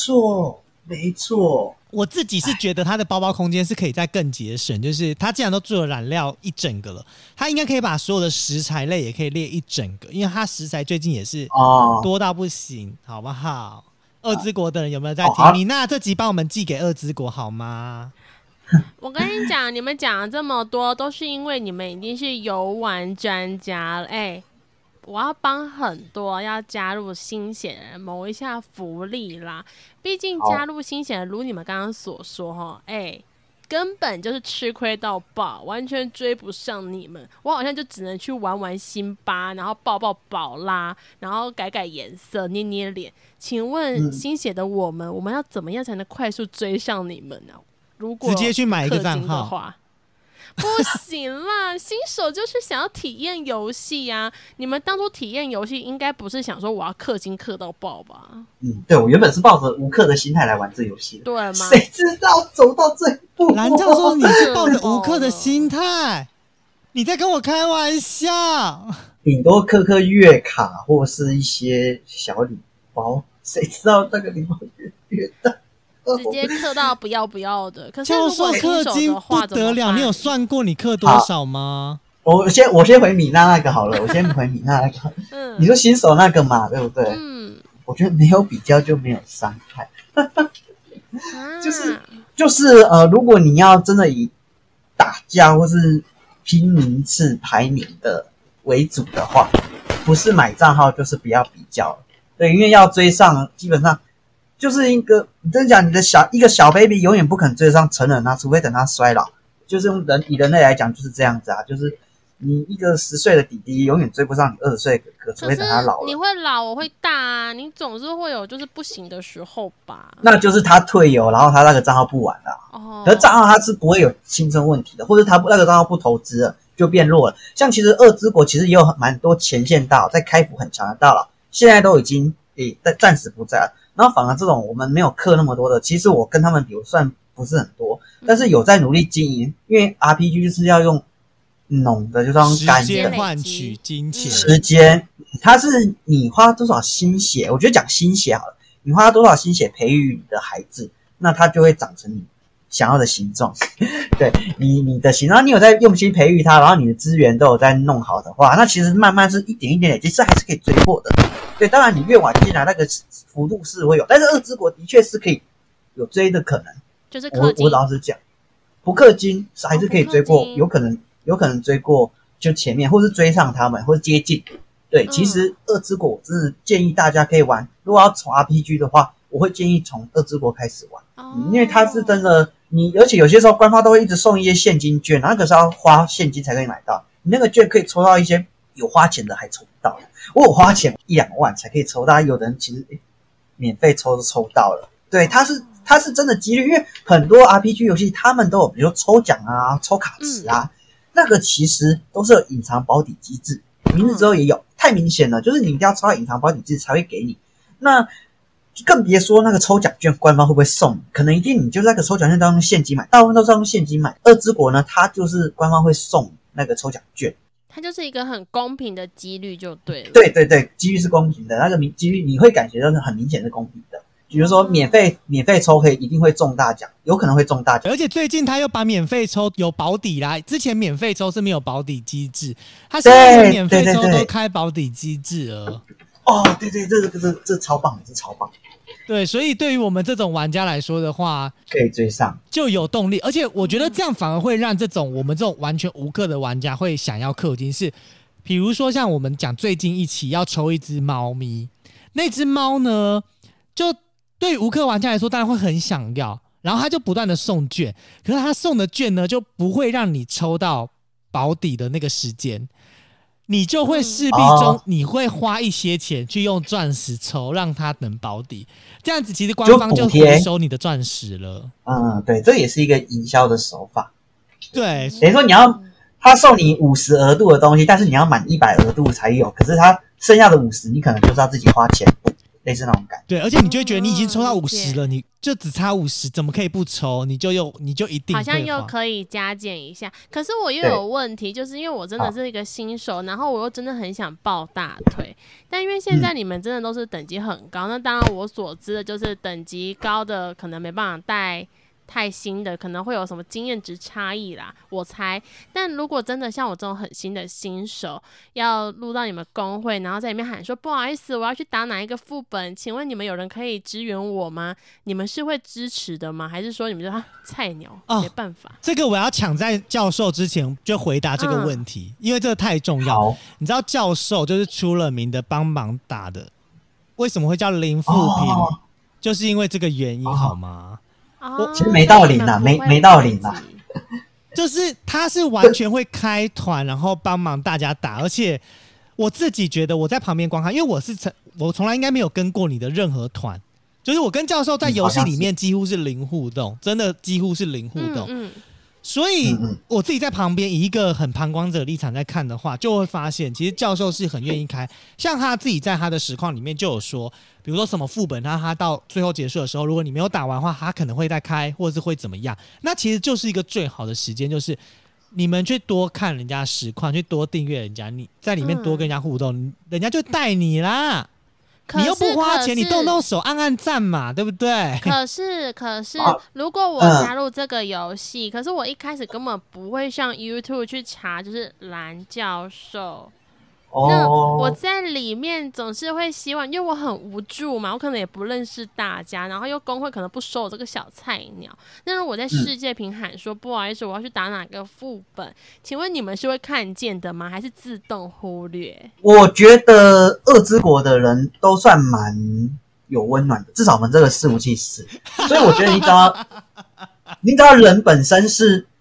我自己是觉得它的包包空间是可以再更节省，就是它既然都做了染料一整个了，它应该可以把所有的食材类也可以列一整个，因为它食材最近也是多到不行，好不好？二之国的人有没有在听？你那这集帮我们寄给二之国好吗？ 我跟你讲，你们讲了这么多，都是因为你们已经是游玩专家了。我要帮很多要加入新血的人谋一下福利啦。毕竟加入新血的，如你们刚刚所说根本就是吃亏到爆，完全追不上你们。我好像就只能去玩辛巴，然后抱宝拉，然后改颜色，捏脸。请问新血的我们要怎么样才能快速追上你们呢？如果直接去买一个账号。 不行啦，新手就是想要体验游戏啊！你们当初体验游戏，应该不是想说我要氪金氪到爆吧？ 对，我原本是抱着无氪的心态来玩这游戏的， 对吗？ 谁知道走到最后， 蓝教授，你是抱着无氪的心态，你在跟我开玩笑？ 顶多氪月卡或是一些小礼包，谁知道那个礼包越大。 直接氪到不要的，可是教授氪金不得了，你有算过你氪多少吗？ 我先回米娜那个好了，你说新手那个嘛，对不对？我觉得没有比较就没有伤害，就是如果你要真的以打架或是拼名次排名的为主的话，不是买账号就是不要比较了，对，因为要追上基本上。就是一个，你真讲，一个小 baby 永远不可能追上成人啊，除非等他衰老。就是以人类来讲就是这样子啊，就是你一个10岁的弟弟永远追不上你20岁的哥哥，除非等他老了。 你会老，我会大啊，你总是会有就是不行的时候吧？ 那就是他退游，然后他那个账号不玩了。可是账号他是不会有新增问题的，或者他那个账号不投资了就变弱了。像其实二之国其实也有蛮多前线大佬在开服很强的大佬，现在都已经暂时不在了。然后反而这种我们没有氪那么多的，其实我跟他们比算不是很多，但是有在努力经营，因为 RPG 就是要用浓的，就是要用干的时间换取金钱。 时间，它是你花多少心血，我觉得讲心血好了，你花多少心血培育你的孩子，那他就会长成你想要的形状。对你的形状，你有在用心培育它，然后你的资源都有在弄好的话，那其实慢慢是一点一点累积，是还是可以追过的。对，当然你越晚进来，那个幅度是会有，但是二之国的确是可以有追的可能。 就是氪金， 我老实讲，不氪金还是可以追过，有可能追过就前面，或是追上他们，或是接近。对，其实二之国我真的建议大家可以玩，如果要从 RPG 的话，我会建议从二之国开始玩，因为它是真的而且有些时候官方都会一直送一些现金券，那个是要花现金才可以买到，你那个券可以抽到一些有花钱的还抽不到，我有花钱1-2万才可以抽到，有的人其实免费抽都抽到了。对，它是真的几率，因为很多 RPG 游戏他们都有，比如说抽奖啊、抽卡池啊，那个其实都是有隐藏保底机制，明日之后也有，太明显了，就是你一定要抽到隐藏保底机制才会给你。那更别说那个抽奖券官方会不会送，可能一定你就是那个抽奖券都用现金买，大部分都是用现金买。二之国呢，它就是官方会送那个抽奖券， 它就是一个很公平的几率就对了。 对对对，几率是公平的，那个几率你会感觉到是很明显是公平的。比如说免费抽可以一定会中大奖，有可能会中大奖。 而且最近他又把免费抽有保底啦，之前免费抽是没有保底机制，他现在免费抽都开保底机制了。 哦，对对，这超棒，这超棒。 对，所以对于我们这种玩家来说的话， 可以追上， 就有动力。而且我觉得这样反而会让我们这种完全无氪的玩家会想要氪金。是，比如说像我们讲最近一期要抽一只猫咪，那只猫呢，就对于无氪玩家来说当然会很想要，然后他就不断的送券，可是他送的券呢就不会让你抽到保底的那个时间。你就会势必中你会花一些钱去用钻石抽，让它能保底，这样子其实官方就回收你的钻石了。 对，这也是一个营销的手法。 对， 等于说他送你50额度的东西，但是你要满100额度才有，可是他剩下的50你可能就是要自己花钱补，类似那种感觉。 对，而且你就会觉得你已经抽到50了，你就只差50，怎么可以不抽？你就一定会好像又可以加减一下。可是我又有问题，就是因为我真的是一个新手，然后我又真的很想抱大腿，但因为现在你们真的都是等级很高，那当然我所知的就是等级高的可能没办法带太新的，可能会有什么经验值差异啦，我猜。但如果真的像我这种很新的新手，要录到你们公会，然后在里面喊说不好意思，我要去打哪一个副本，请问你们有人可以支援我吗？你们是会支持的吗？还是说你们就菜鸟、没办法？ 这个我要抢在教授之前就回答这个问题，因为这个太重要。你知道教授就是出了名的帮忙打的，为什么会叫零负评？就是因为这个原因，好吗？ 其实没到0啦，没到0啦， 就是他是完全会开团，然后帮忙大家打，而且我自己觉得我在旁边观看，因为我从来应该没有跟过你的任何团，就是我跟教授在游戏里面几乎是零互动，真的几乎是零互动。所以我自己在旁边以一个很旁观者的立场在看的话，就会发现其实教授是很愿意开，像他自己在他的实况里面就有说，比如说什么副本他到最后结束的时候，如果你没有打完的话，他可能会再开，或者是会怎么样，那其实就是一个最好的时间，就是你们去多看人家实况，去多订阅人家，你在里面多跟人家互动，人家就带你啦。你又不花钱，你动动手按赞嘛，对不对？ 可是，如果我加入这个游戏，可是我一开始根本不会上 YouTube 去查，就是蓝教授。那我在里面总是会希望，因为我很无助嘛，我可能也不认识大家，然后又公会可能不收我这个小菜鸟。那如果我在世界屏喊说不好意思，我要去打哪个副本，请问你们是会看见的吗？还是自动忽略？ 我觉得二之国的人都算蛮有温暖的，至少我们这个伺服器是，所以我觉得你只要人本身是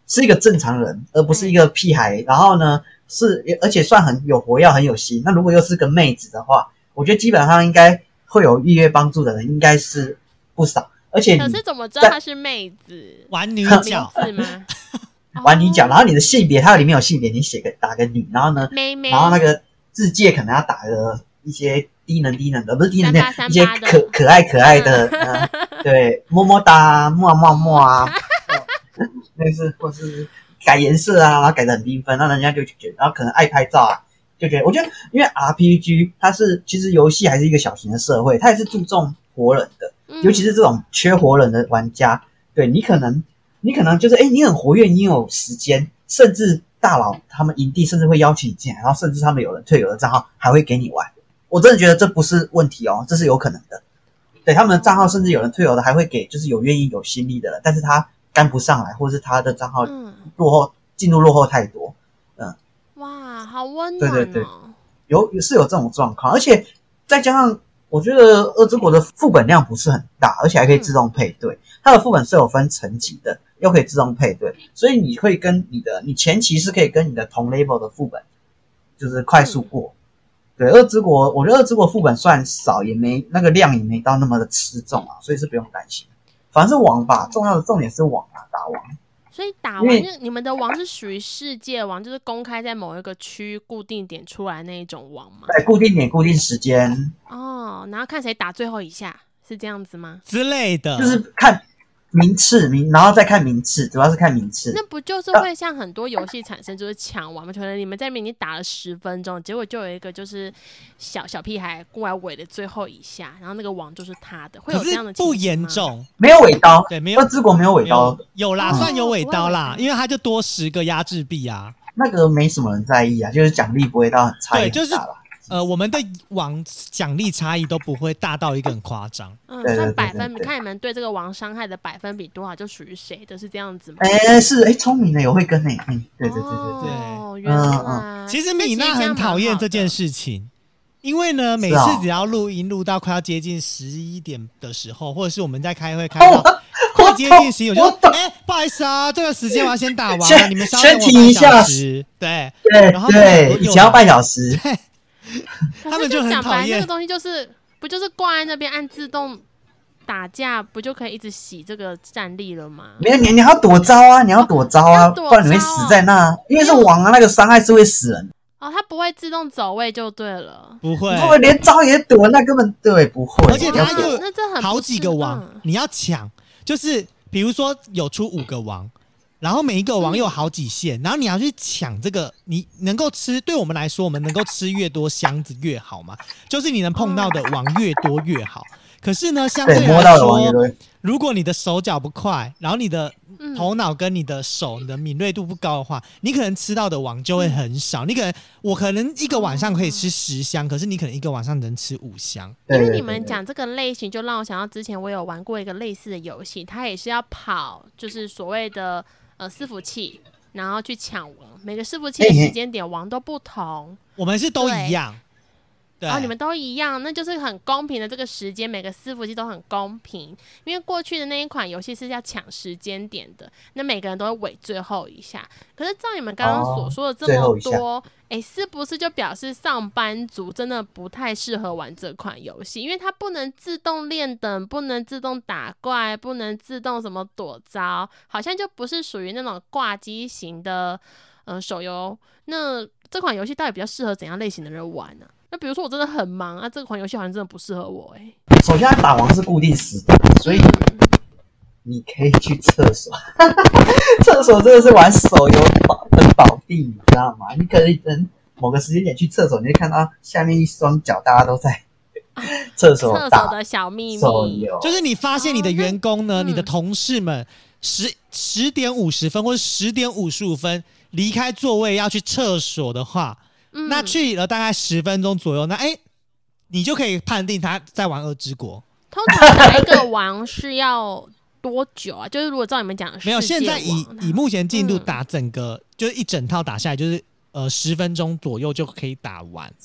是一个正常人，而不是一个屁孩。然后呢，而且算很有活跃、很有心。那如果又是个妹子的话，我觉得基本上应该会有预约帮助的人应该是不少。而且可是怎么知道她是妹子？ 玩女角是吗？ 玩女角，然后你的性别，它里面有性别，你打个女，然后呢，然后那个字界可能要打个一些低能的，不是低能的，一些可爱的，对，么么哒，么啊，那是或是改颜色啊，然后改得很缤纷，那人家就觉得，然后可能爱拍照啊，就觉得，我觉得因为 RPG 它是其实游戏还是一个小型的社会，它也是注重活人的，尤其是这种缺活人的玩家，对你可能就是你很活跃，你有时间，甚至大佬他们营地甚至会邀请你进来，然后甚至他们有人退游的账号还会给你玩。我真的觉得这不是问题哦，这是有可能的。对，他们的账号甚至有人退游的还会给，就是有愿意有心力的人，但是他跟不上来，或是他的账号进度落后太多。 哇，好温暖哦。 对，有这种状况，而且再加上我觉得恶之国的副本量不是很大，而且还可以自动配对。它的副本是有分层级的，又可以自动配对，所以你会跟你前期是可以跟你的同 level 的副本就是快速过。对，恶之国，我觉得恶之国副本算少，也没那个量也没到那么的吃重啊，所以是不用担心。反正是王吧，重点是王啊，打王。 所以打王，你们的王是属于世界王，就是公开在某一个区固定点出来那一种王吗？ 对，固定点、固定时间。 哦，然后看谁打最后一下，是这样子吗？ 之类的， 就是看名次，然后再看名次，主要是看名次。 那不就是会像很多游戏产生就是抢王吗？可能你们在那边已经打了10分钟，结果就有一个就是小屁孩过来尾的最后一下，然后那个王就是他的，会有这样的情形吗？ 不严重， 没有尾刀， 对，没有。 恶之国没有尾刀， 有啦，算有尾刀啦，因为他就多10个压制币啊。 那个没什么人在意啊，就是奖励不会到很差异很大啦。 对，就是我们的王奖励差异都不会大到一个很夸张。 算百分比，看你们对这个王伤害的百分比多少就属于谁的，是这样子吗？ 聪明的有慧根对， 哦，原来。 其实米娜很讨厌这件事情，因为呢，每次只要录音录到快要接近11点的时候，或者是我们在开会开到快接近11，我就不好意思啊，这个时间我要先打完了，你们稍等我半小时。对，然后对，以前要半小时。 对，他们就很讨厌那个东西，不就是挂在那边按自动打架，不就可以一直洗这个战力了吗？ 没有，你要躲招啊，不然你会死在那，因为是王啊，那个伤害是会死人。 哦，它不会自动走位就对了， 不会连招也躲，那根本不会。 而且它有好几个王，你要抢，就是比如说有出5个王。然后每一个王有好几线，然后你要去抢这个，你能够吃，对我们来说，我们能够吃越多箱子越好嘛，就是你能碰到的王越多越好。可是呢，相对来说，如果你的手脚不快，然后你的头脑跟你的手你的敏锐度不高的话，你可能吃到的王就会很少。我可能一个晚上可以吃10箱，可是你可能一个晚上能吃5箱。 因为你们讲这个类型，就让我想到之前我有玩过一个类似的游戏，它也是要跑，就是所谓的伺服器，然后去抢王，每个伺服器的时间点王都不同。 我们是都一样。 然后你们都一样，那就是很公平的这个时间，每个伺服器都很公平。因为过去的那一款游戏是要抢时间点的，那每个人都会尾最后一下。可是照你们刚刚所说的这么多，是不是就表示上班族真的不太适合玩这款游戏？因为它不能自动练等，不能自动打怪，不能自动什么躲招，好像就不是属于那种挂机型的手游。那这款游戏到底比较适合怎样类型的人玩呢？那比如说我真的很忙啊，这款游戏好像真的不适合我首先，它打王是固定时间，所以你可以去厕所。厕所真的是玩手游的宝地，你知道吗？你可以等某个时间点去厕所，你会看到下面一双脚，大家都在厕所的小秘密。 就是你发现你的员工呢，你的同事们10点50分或者10点55分离开座位要去厕所的话。那去了大概10分钟左右，那你就可以判定他在玩恶之国。 通常打一个王是要多久啊？就是如果照你们讲的， 没有，现在以目前进度打整个就是一整套打下来，就是10分钟左右就可以打完。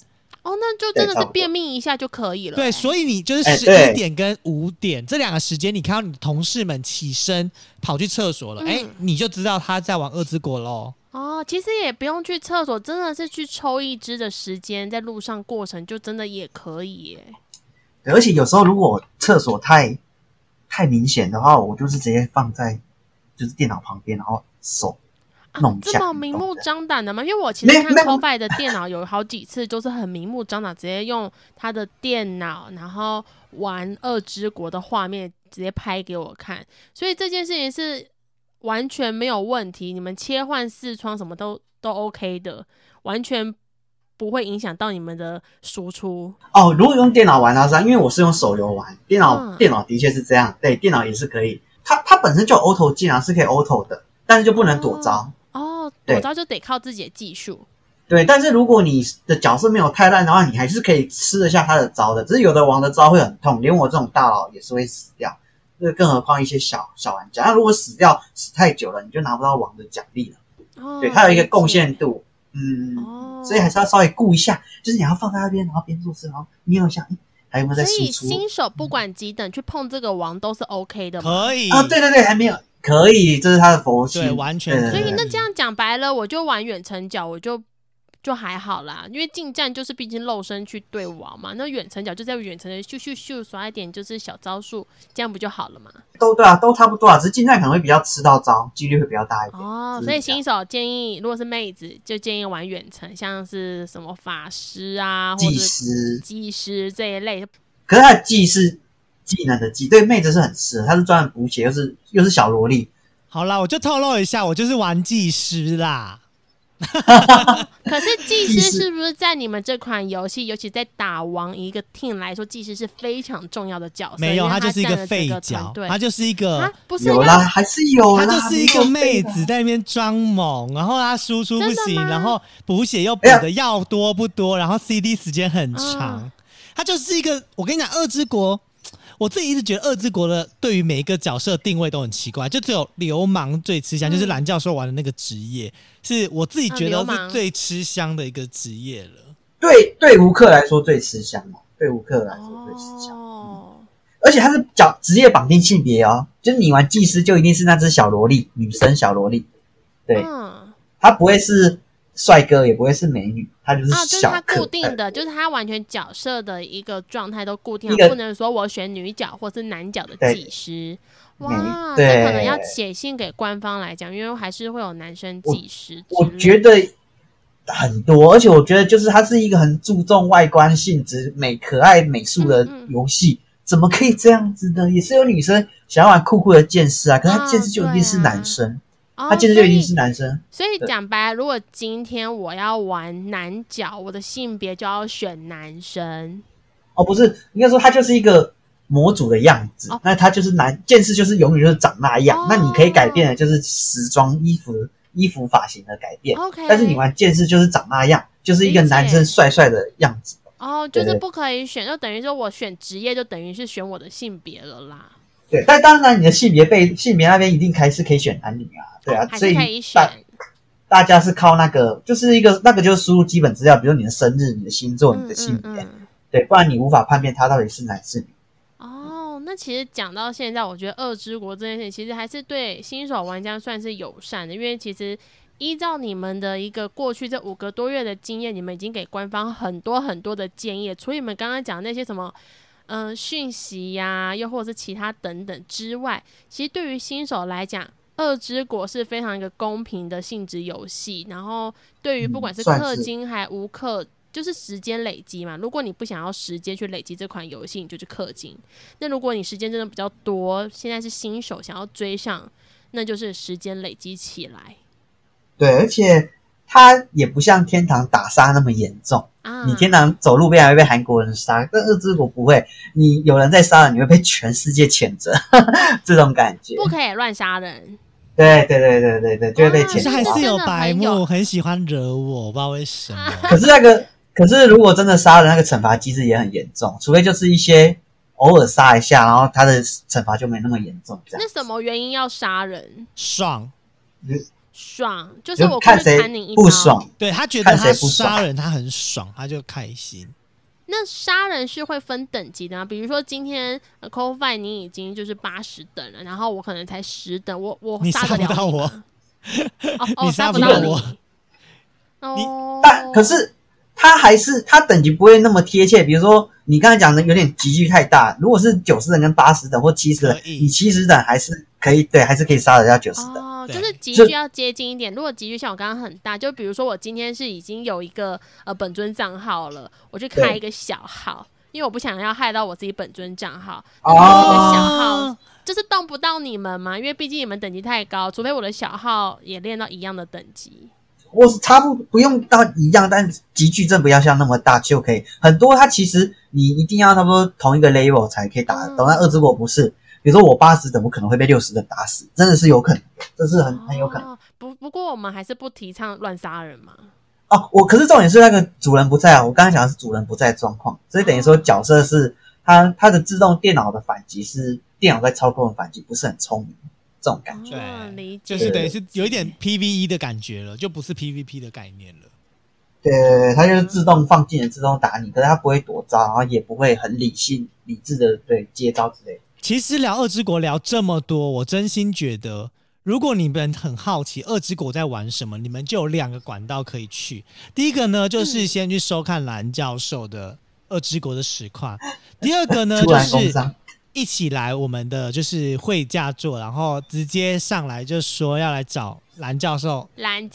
哦，那就真的对差不多是便秘一下就可以了。 对，所以你就是对 11点跟5点这2个时间，你看到你的同事们起身跑去厕所了，你就知道他在玩恶之国咯。 哦，其实也不用去厕所，真的是去抽一支的时间，在路上过程就真的也可以耶。 对，而且有时候如果厕所太明显的话，我就是直接放在就是电脑旁边，然后手弄一下。 这么明目张胆的吗？因为我其实看 Ko-Fi 的电脑有好几次都是很明目张胆，直接用他的电脑，然后玩恶之国的画面直接拍给我看，所以这件事情是完全没有问题。你们切换视窗什么都 OK 的，完全不会影响到你们的输出。 哦，如果用电脑玩的话，因为我是用手游玩，电脑的确是这样，对，电脑也是可以。它本身就有 auto 键啊，是可以 auto 的，但是就不能躲招。 躲招就得靠自己的技术。 对，但是如果你的角色没有太烂的话，你还是可以吃得下他的招的。只是有的王的招会很痛，连我这种大佬也是会死掉。更何况一些小玩家，那如果死太久了，你就拿不到王的奖励了。对，它有一个贡献度，所以还是要稍微顾一下，就是你要放在那边，然后边做事，然后瞄一下，还有没有在输出？ 所以新手不管几等去碰这个王都是 OK 的吗？ 可以啊，对，还没有可以，这是他的佛系， 对，完全。 所以那这样讲白了，我就玩远程角，我就还好啦，因为近战就是毕竟露身去对王嘛，那远程角就在远程的咻耍一点就是小招数，这样不就好了嘛？ 对啊，都差不多啊，只是近战可能会比较吃到招，几率会比较大一点。 所以新手建议，如果是妹子，就建议玩远程，像是什么法师啊，或者技师这一类。 可是他的技是技能的技，对妹子是很适合，他是专门补血，又是小萝莉。 好啦，我就透露一下，我就是玩技师啦。 可是技师是不是在你们这款游戏，尤其在打王一个 team 来说，技师是非常重要的角色？ 没有，他就是一个废角，他就是一个不是有啦，还是有啦， 他就是一个妹子在那边装猛，然后他输出不行，然后补血又补的要多不多，然后 CD 时间很长，他就是一个，我跟你讲，恶之国。我自己一直觉得恶之国的对于每一个角色定位都很奇怪，就只有流氓最吃香，就是蓝教授玩的那个职业，是我自己觉得是最吃香的一个职业了。 对吴克来说最吃香嘛，对吴克来说最吃香。而且他是职业绑定性别哦，就是你玩技师就一定是那只小萝莉，女生小萝莉，对，他不会是帅哥，也不会是美女，他就是小就是他固定的，就是他完全角色的一个状态都固定好，不能说我选女角或是男角的技师。哇，这可能要写信给官方来讲，因为还是会有男生技师。 我觉得很多，而且我觉得就是它是一个很注重外观性质、可爱美术的游戏，怎么可以这样子呢？也是有女生想要玩酷酷的剑士啊，可是他剑士就一定是男生。他剑士就一定是男生， 所以讲白了，如果今天我要玩男角，我的性别就要选男生。 哦，不是，应该说他就是一个模组的样子，那他就是剑士就是永远就是长那样，那你可以改变的就是时装衣服发型的改变，但是你玩剑士就是长那样，就是一个男生帅帅的样子。 就是不可以选，就等于说我选职业就等于是选我的性别了啦。 对，但当然你的性别那边一定还是可以选男女啊，对啊， 所以可以选。 大家是靠那个，就是就是输入基本资料，比如你的生日、你的星座、你的性别，对，不然你无法判别他到底是男是女。 那其实讲到现在，我觉得恶之国这件事情其实还是对新手玩家算是友善的，因为其实依照你们的一个过去这5个多月的经验，你们已经给官方很多很多的建议，除了你们刚刚讲的那些什么讯息呀，又或者是其他等等之外，其实对于新手来讲，恶之国是非常一个公平的性质游戏。然后对于不管是氪金还无氪，就是时间累积嘛。如果你不想要时间去累积这款游戏，你就去氪金。那如果你时间真的比较多，现在是新手想要追上，那就是时间累积起来。 对，而且它也不像天堂打杀那么严重。你天堂走路边还会被韩国人杀，但恶之国不会，你有人在杀人，你会被全世界谴责，这种感觉。 不可以乱杀人。 对，就会被谴责。 可是还是有白目很喜欢惹我，不知道为什么。 可是如果真的杀人，那个惩罚机制也很严重，除非就是一些偶尔杀一下，然后他的惩罚就没那么严重。这样。 那什么原因要杀人？ 爽爽，就是我看谁砍你一刀不爽。 对他觉得看谁他不爽杀人他很爽，他就开心。 那杀人是会分等级的啊，比如说今天Coldfight 你已经就是80等了，然后我可能才10等，我你杀杀得了不到我， 吗？ 你杀杀不到不到你我。 哦， 但可是他等级不会那么贴切，比如说你刚才讲的有点级距太大，如果是90等跟80等或70等， 可以你70等还是可以，对，还是可以杀得掉90等。 哦， 对就是集距要接近一点。如果集距像我刚刚很大，就比如说我今天是已经有一个本尊账号了，我去开一个小号，因为我不想要害到我自己本尊账号。那这个小号就是动不到你们嘛，因为毕竟你们等级太高，除非我的小号也练到一样的等级。 我是不用到一样，但集距真不要像那么大就可以。很多它其实你一定要差不多同一个 level 才可以打得到，但二之国不是。比如说我80等，我可能会被60等打死，真的是有可能的，这是很有可能。 不过我们还是不提倡乱杀人嘛。 可是重点是那个主人不在啊，我刚才讲的是主人不在状况，所以等于说角色是它的自动电脑的反击是电脑在操控的反击，不是很聪明这种感觉。 理解， 就是等于是有一点 PVE 的感觉了，就不是 PVP 的概念了。 对，它就是自动放技能，自动打你，可是它不会躲招，然后也不会很理智的对接招之类的。 其实聊二之国聊这么多，我真心觉得，如果你们很好奇二之国在玩什么，你们就有2个管道可以去。第一个呢，就是先去收看蓝教授的二之国的实况；第二个呢，就是一起来我们的就是会驾座，然后直接上来就说要来找蓝教授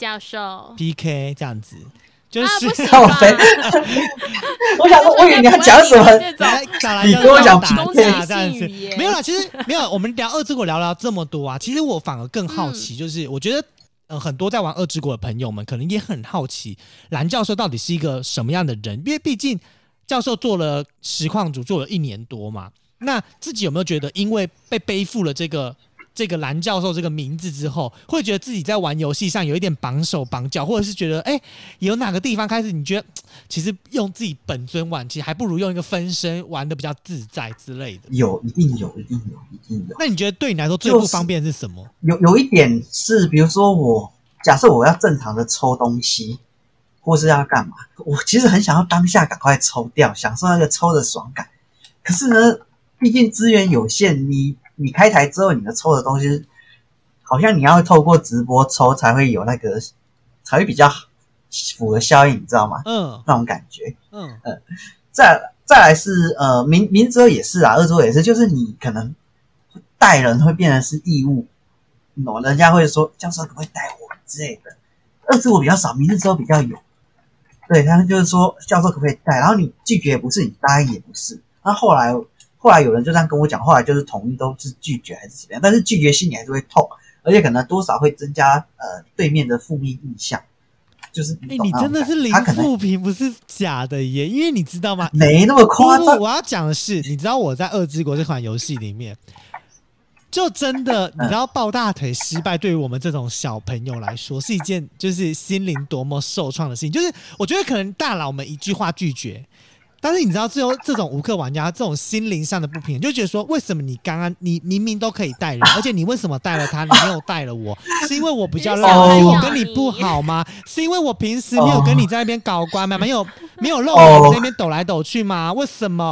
PK 这样子。就是不行吧我想说，我以为你要讲什么？ 你跟我讲打架这样子，没有啦。其实没有，我们聊二之国聊这么多啊，其实我反而更好奇，就是我觉得很多在玩二之国的朋友们可能也很好奇蓝教授到底是一个什么样的人，因为毕竟教授做了实况主做了1年多嘛，那自己有没有觉得因为被背负了这个蓝教授这个名字之后，会觉得自己在玩游戏上有一点绑手绑脚，或者是觉得有哪个地方开始你觉得其实用自己本尊玩，其实还不如用一个分身玩的比较自在之类的。 一定有。 那你觉得对你来说最不方便的是什么？ 有一点是，比如说假设我要正常的抽东西，或是要干嘛，我其实很想要当下赶快抽掉，享受那个抽的爽感。可是呢，毕竟资源有限，你开台之后，你的抽的东西，好像你要透过直播抽才会有那个，才会比较符合效应，你知道吗？那种感觉。再来是明哲也是啊，二周也是，就是你可能带人会变成是义务，人家会说教授可不可以带我之类的。二之我比较少，明日之后比较有。对，他们就是说教授可不可以带，然后你拒绝也不是，你答应也不是。那后来有人就这样跟我讲，后来就是统一都是拒绝还是怎么样，但是拒绝心里还是会痛，而且可能多少会增加对面的负面印象。就是你真的是零负评，不是假的耶，因为你知道吗？ 没那么夸张。 我要讲的是，你知道我在二之国这款游戏里面，就真的你知道抱大腿失败，对于我们这种小朋友来说，是一件就是心灵多么受创的事情。就是我觉得可能大佬们一句话拒绝。但是你知道，最后这种无氪玩家这种心灵上的不平衡，就觉得说，为什么你刚刚你明明都可以带人，而且你为什么带了他，你没有带了我？是因为我比较烂，是因为我跟你不好吗？是因为我平时没有跟你在那边搞关吗？没有露脸在那边抖来抖去吗？为什么？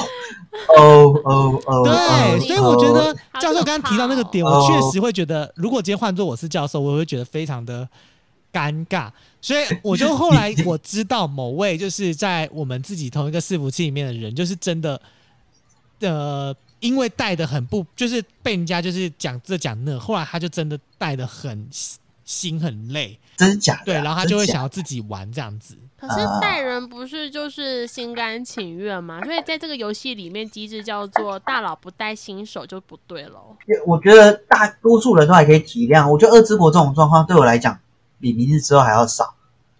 对，所以我觉得教授刚刚提到那个点，我确实会觉得，如果今天换做我是教授，我会觉得非常的尴尬。所以我就后来我知道某位就是在我们自己同一个伺服器里面的人，就是真的因为带的很不，就是被人家就是讲这讲那，后来他就真的带的很心很累， 真假的？ 对，然后他就会想要自己玩这样子。 可是带人不是就是心甘情愿吗？所以在这个游戏里面机制叫做大佬不带新手就不对咯。 我觉得大多数人都还可以体谅，我觉得二之国这种状况对我来讲比明日之后还要少。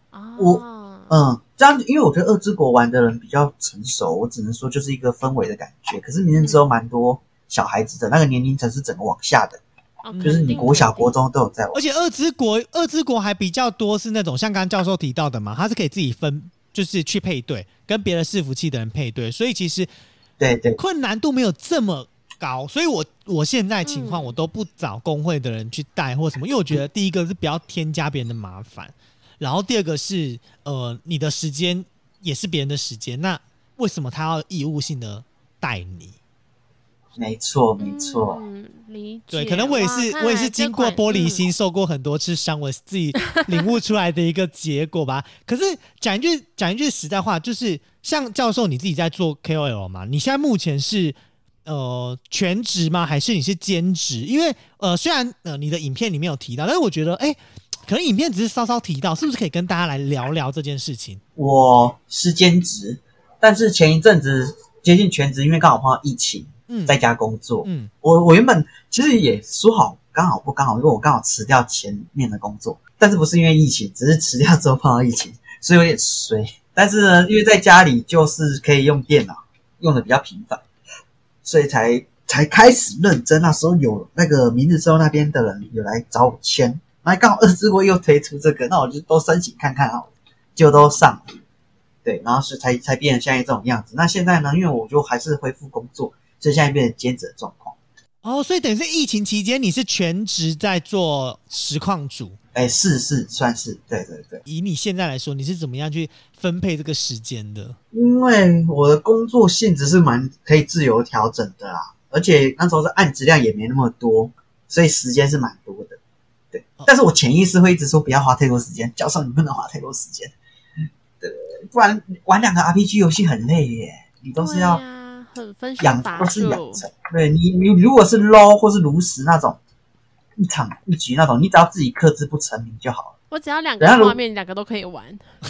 这样，因为我觉得二之国玩的人比较成熟，我只能说就是一个氛围的感觉。可是明日之后蛮多小孩子的那个年龄层是整个往下的，就是你国小国中都有在玩。 而且二之国还比较多是那种像刚刚教授提到的嘛，他是可以自己分，就是去配对，跟别的伺服器的人配对，所以其实对困难度没有这么高，所以我现在情况我都不找工会的人去带或什么，因为我觉得第一个是不要添加别人的麻烦，然后第二个是你的时间也是别人的时间，那为什么他要义务性的带你？ 没错没错， 理解。 对，可能我也是经过玻璃心，受过很多次伤，我自己领悟出来的一个结果吧。可是讲一句实在话，就是像教授你自己在做 KOL 嘛，你现在目前是全职吗？还是你是兼职？因为虽然你的影片里面有提到，但是我觉得可能影片只是稍稍提到，是不是可以跟大家来聊聊这件事情？ 我是兼职，但是前一阵子接近全职，因为刚好碰到疫情。在家工作，我原本其实也说好刚好不刚好，因为我刚好辞掉前面的工作，但是不是因为疫情，只是辞掉之后碰到疫情，所以有点衰。但是呢，因为在家里就是可以用电脑，用的比较频繁，所以才开始认真。那时候有那个明日之后那边的人有来找我签，然后刚好之国又推出这个，那我就都申请看看好了，就都上了。对，然后是才变成现在这种样子。那现在呢，因为我就还是恢复工作。所以现在变成兼职的状况。 所以等于是疫情期间你是全职在做实况主？ 是算是，对对对。 以你现在来说，你是怎么样去分配这个时间的？ 因为我的工作性质是蛮可以自由调整的啦，而且那时候是案质量也没那么多，所以时间是蛮多的。对，但是我潜意识会一直说不要花太多时间，教授你不能花太多时间，对，不然玩2个 RPG 游戏很累耶，你都是要。 分身乏术， 对你如果是 LOL 或是炉石那种一场一局那种，你只要自己克制不成名就好了。 我只要2个画面，2个都可以玩，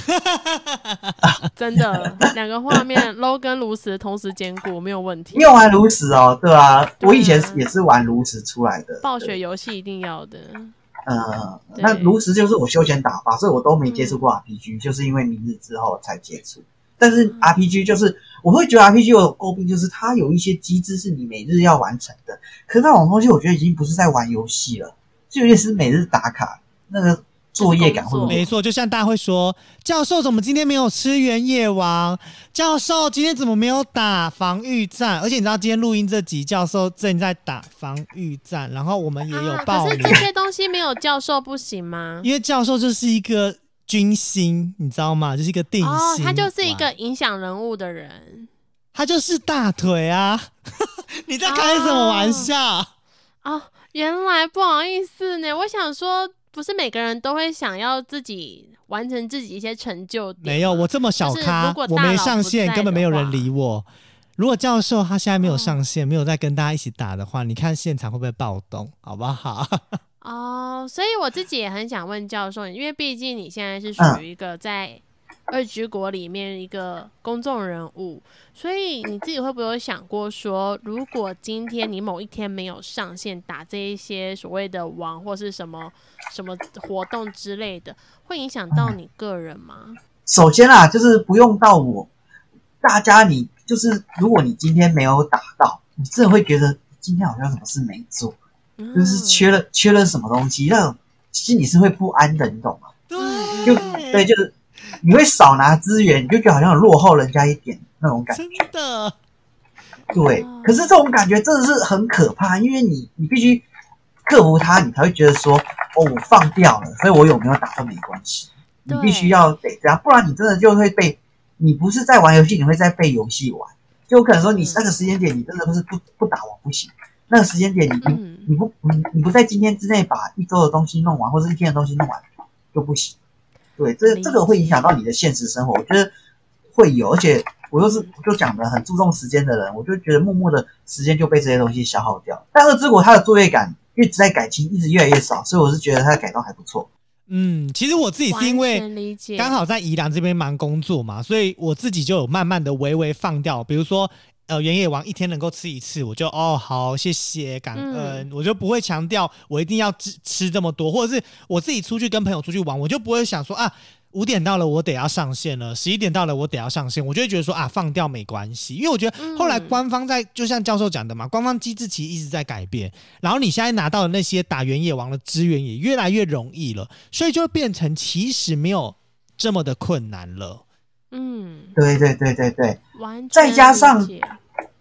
真的2个画面 LOL 跟炉石同时兼顾没有问题。 你有玩炉石哦？对啊，我以前也是玩炉石出来的。 暴雪游戏一定要的。 那炉石就是我休闲打法，所以我都没接触过 RPG，就是因为明日之后才接触。但是 RPG 就是我会觉得 RPG 有诟病，就是它有一些机制是你每日要完成的，可是那种东西我觉得已经不是在玩游戏了，就有点是每日打卡那个作业感会。 没错，就像大家会说，教授怎么今天没有吃原野王？教授今天怎么没有打防御战？而且你知道今天录音这集，教授正在打防御战，然后我们也有报名。 可是这些东西没有教授不行吗？ 因为教授就是一个军心，你知道吗？就是一个定心， 他就是一个影响人物的人， 他就是大腿啊！你在开什么玩笑？ 原来不好意思呢，我想说，不是每个人都会想要自己完成自己一些成就点。 没有，我这么小咖，我没上线，根本没有人理我。如果教授他现在没有上线，没有在跟大家一起打的话，你看现场会不会暴动？好不好？ 所以我自己也很想问教授，因为毕竟你现在是属于一个在2之国里面一个公众人物，所以你自己会不会有想过说，如果今天你某一天没有上线打这一些所谓的王或是什么活动之类的，会影响到你个人吗？ 首先啦，就是不用到我，大家你就是如果你今天没有打到，你真的会觉得今天好像什么事没做。就是缺了什么东西，那种心里是会不安的，你懂吗？对，就是你会少拿资源，你就觉得好像落后人家一点那种感觉。 真的， 对。可是这种感觉真的是很可怕，因为你必须克服它，你才会觉得说，我放掉了，所以我有没有打都没关系。你必须要得这样，不然你真的就会被你不是在玩游戏，你会在被游戏玩。就有可能说你那个时间点，你真的不是不打王不行。那个时间点你不在今天之内把1周的东西弄完，或者1天的东西弄完就不行。对，这个会影响到你的现实生活，我觉得会有，而且我就讲的很注重时间的人，我就觉得默默的时间就被这些东西消耗掉。但2之国它的作业感一直在改进，一直越来越少，所以我是觉得它的改动还不错。 其实我自己是因为刚好在宜兰这边忙工作嘛，所以我自己就有慢慢的微放掉，比如说原野王1天能够吃1次，我就好谢谢感恩，我就不会强调我一定要吃这么多，或者是我自己出去跟朋友出去玩，我就不会想说5点到了我得要上线了，11点到了我得要上线，我就会觉得说放掉没关系，因为我觉得后来官方就像教授讲的嘛，官方机制其实一直在改变，然后你现在拿到的那些打原野王的资源也越来越容易了，所以就会变成其实没有这么的困难了。 对，再加上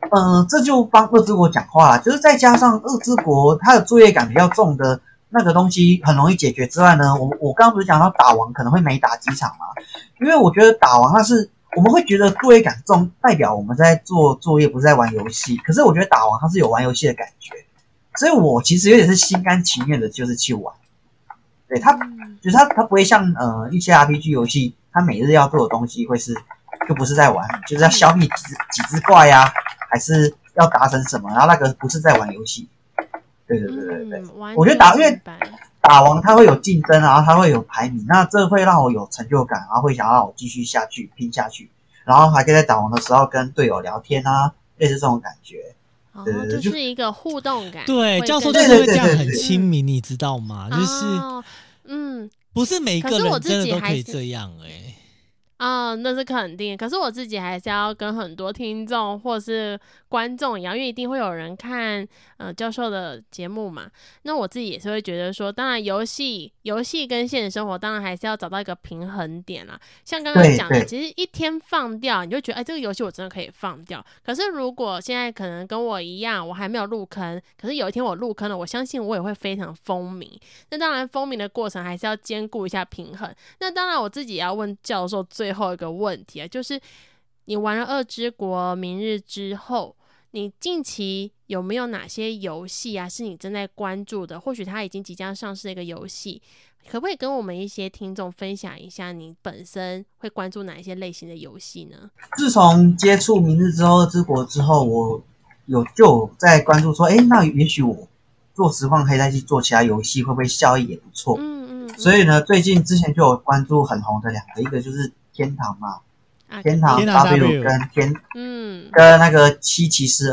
这就帮二之国讲话啦，就是再加上二之国它的作业感比较重的那个东西很容易解决之外呢，我刚刚不是讲到打王可能会没打几场嘛？因为我觉得打王它是我们会觉得作业感重，代表我们在做作业不是在玩游戏，可是我觉得打王它是有玩游戏的感觉，所以我其实有点是心甘情愿的，就是去玩。对它，就是它不会像一些 RPG 游戏，它每日要做的东西会是就不是在玩，就是要消灭几只怪啊，还是要达成什么，然后那个不是在玩游戏。对，我觉得因为打王它会有竞争，然后它会有排名，那这会让我有成就感，然后会想让我继续下去拼下去，然后还可以在打王的时候跟队友聊天啊，类似这种感觉。 对，就是一个互动感。 对，教授就是会这样很亲民，你知道吗？就是不是每个人真的都可以这样那是肯定。可是我自己还是要跟很多听众或是观众一样，因为一定会有人看教授的节目嘛。那我自己也是会觉得说，当然游戏跟现实生活当然还是要找到一个平衡点啦。像刚刚讲的，其实一天放掉，你就觉得这个游戏我真的可以放掉。可是如果现在可能跟我一样，我还没有入坑，可是有一天我入坑了，我相信我也会非常风靡。那当然风靡的过程还是要兼顾一下平衡。那当然我自己也要问教授最后一个问题啊，就是你玩了二之国、明日之后，你近期有没有哪些游戏啊是你正在关注的？或许它已经即将上市的一个游戏，可不可以跟我们一些听众分享一下你本身会关注哪一些类型的游戏呢？ 自从接触明日之后、二之国之后，我就在关注说，那也许我做实况可以再去做其他游戏，会不会效益也不错？所以呢，之前就有关注很红的两个，一个就是天堂嘛，天堂 W 跟那个七骑士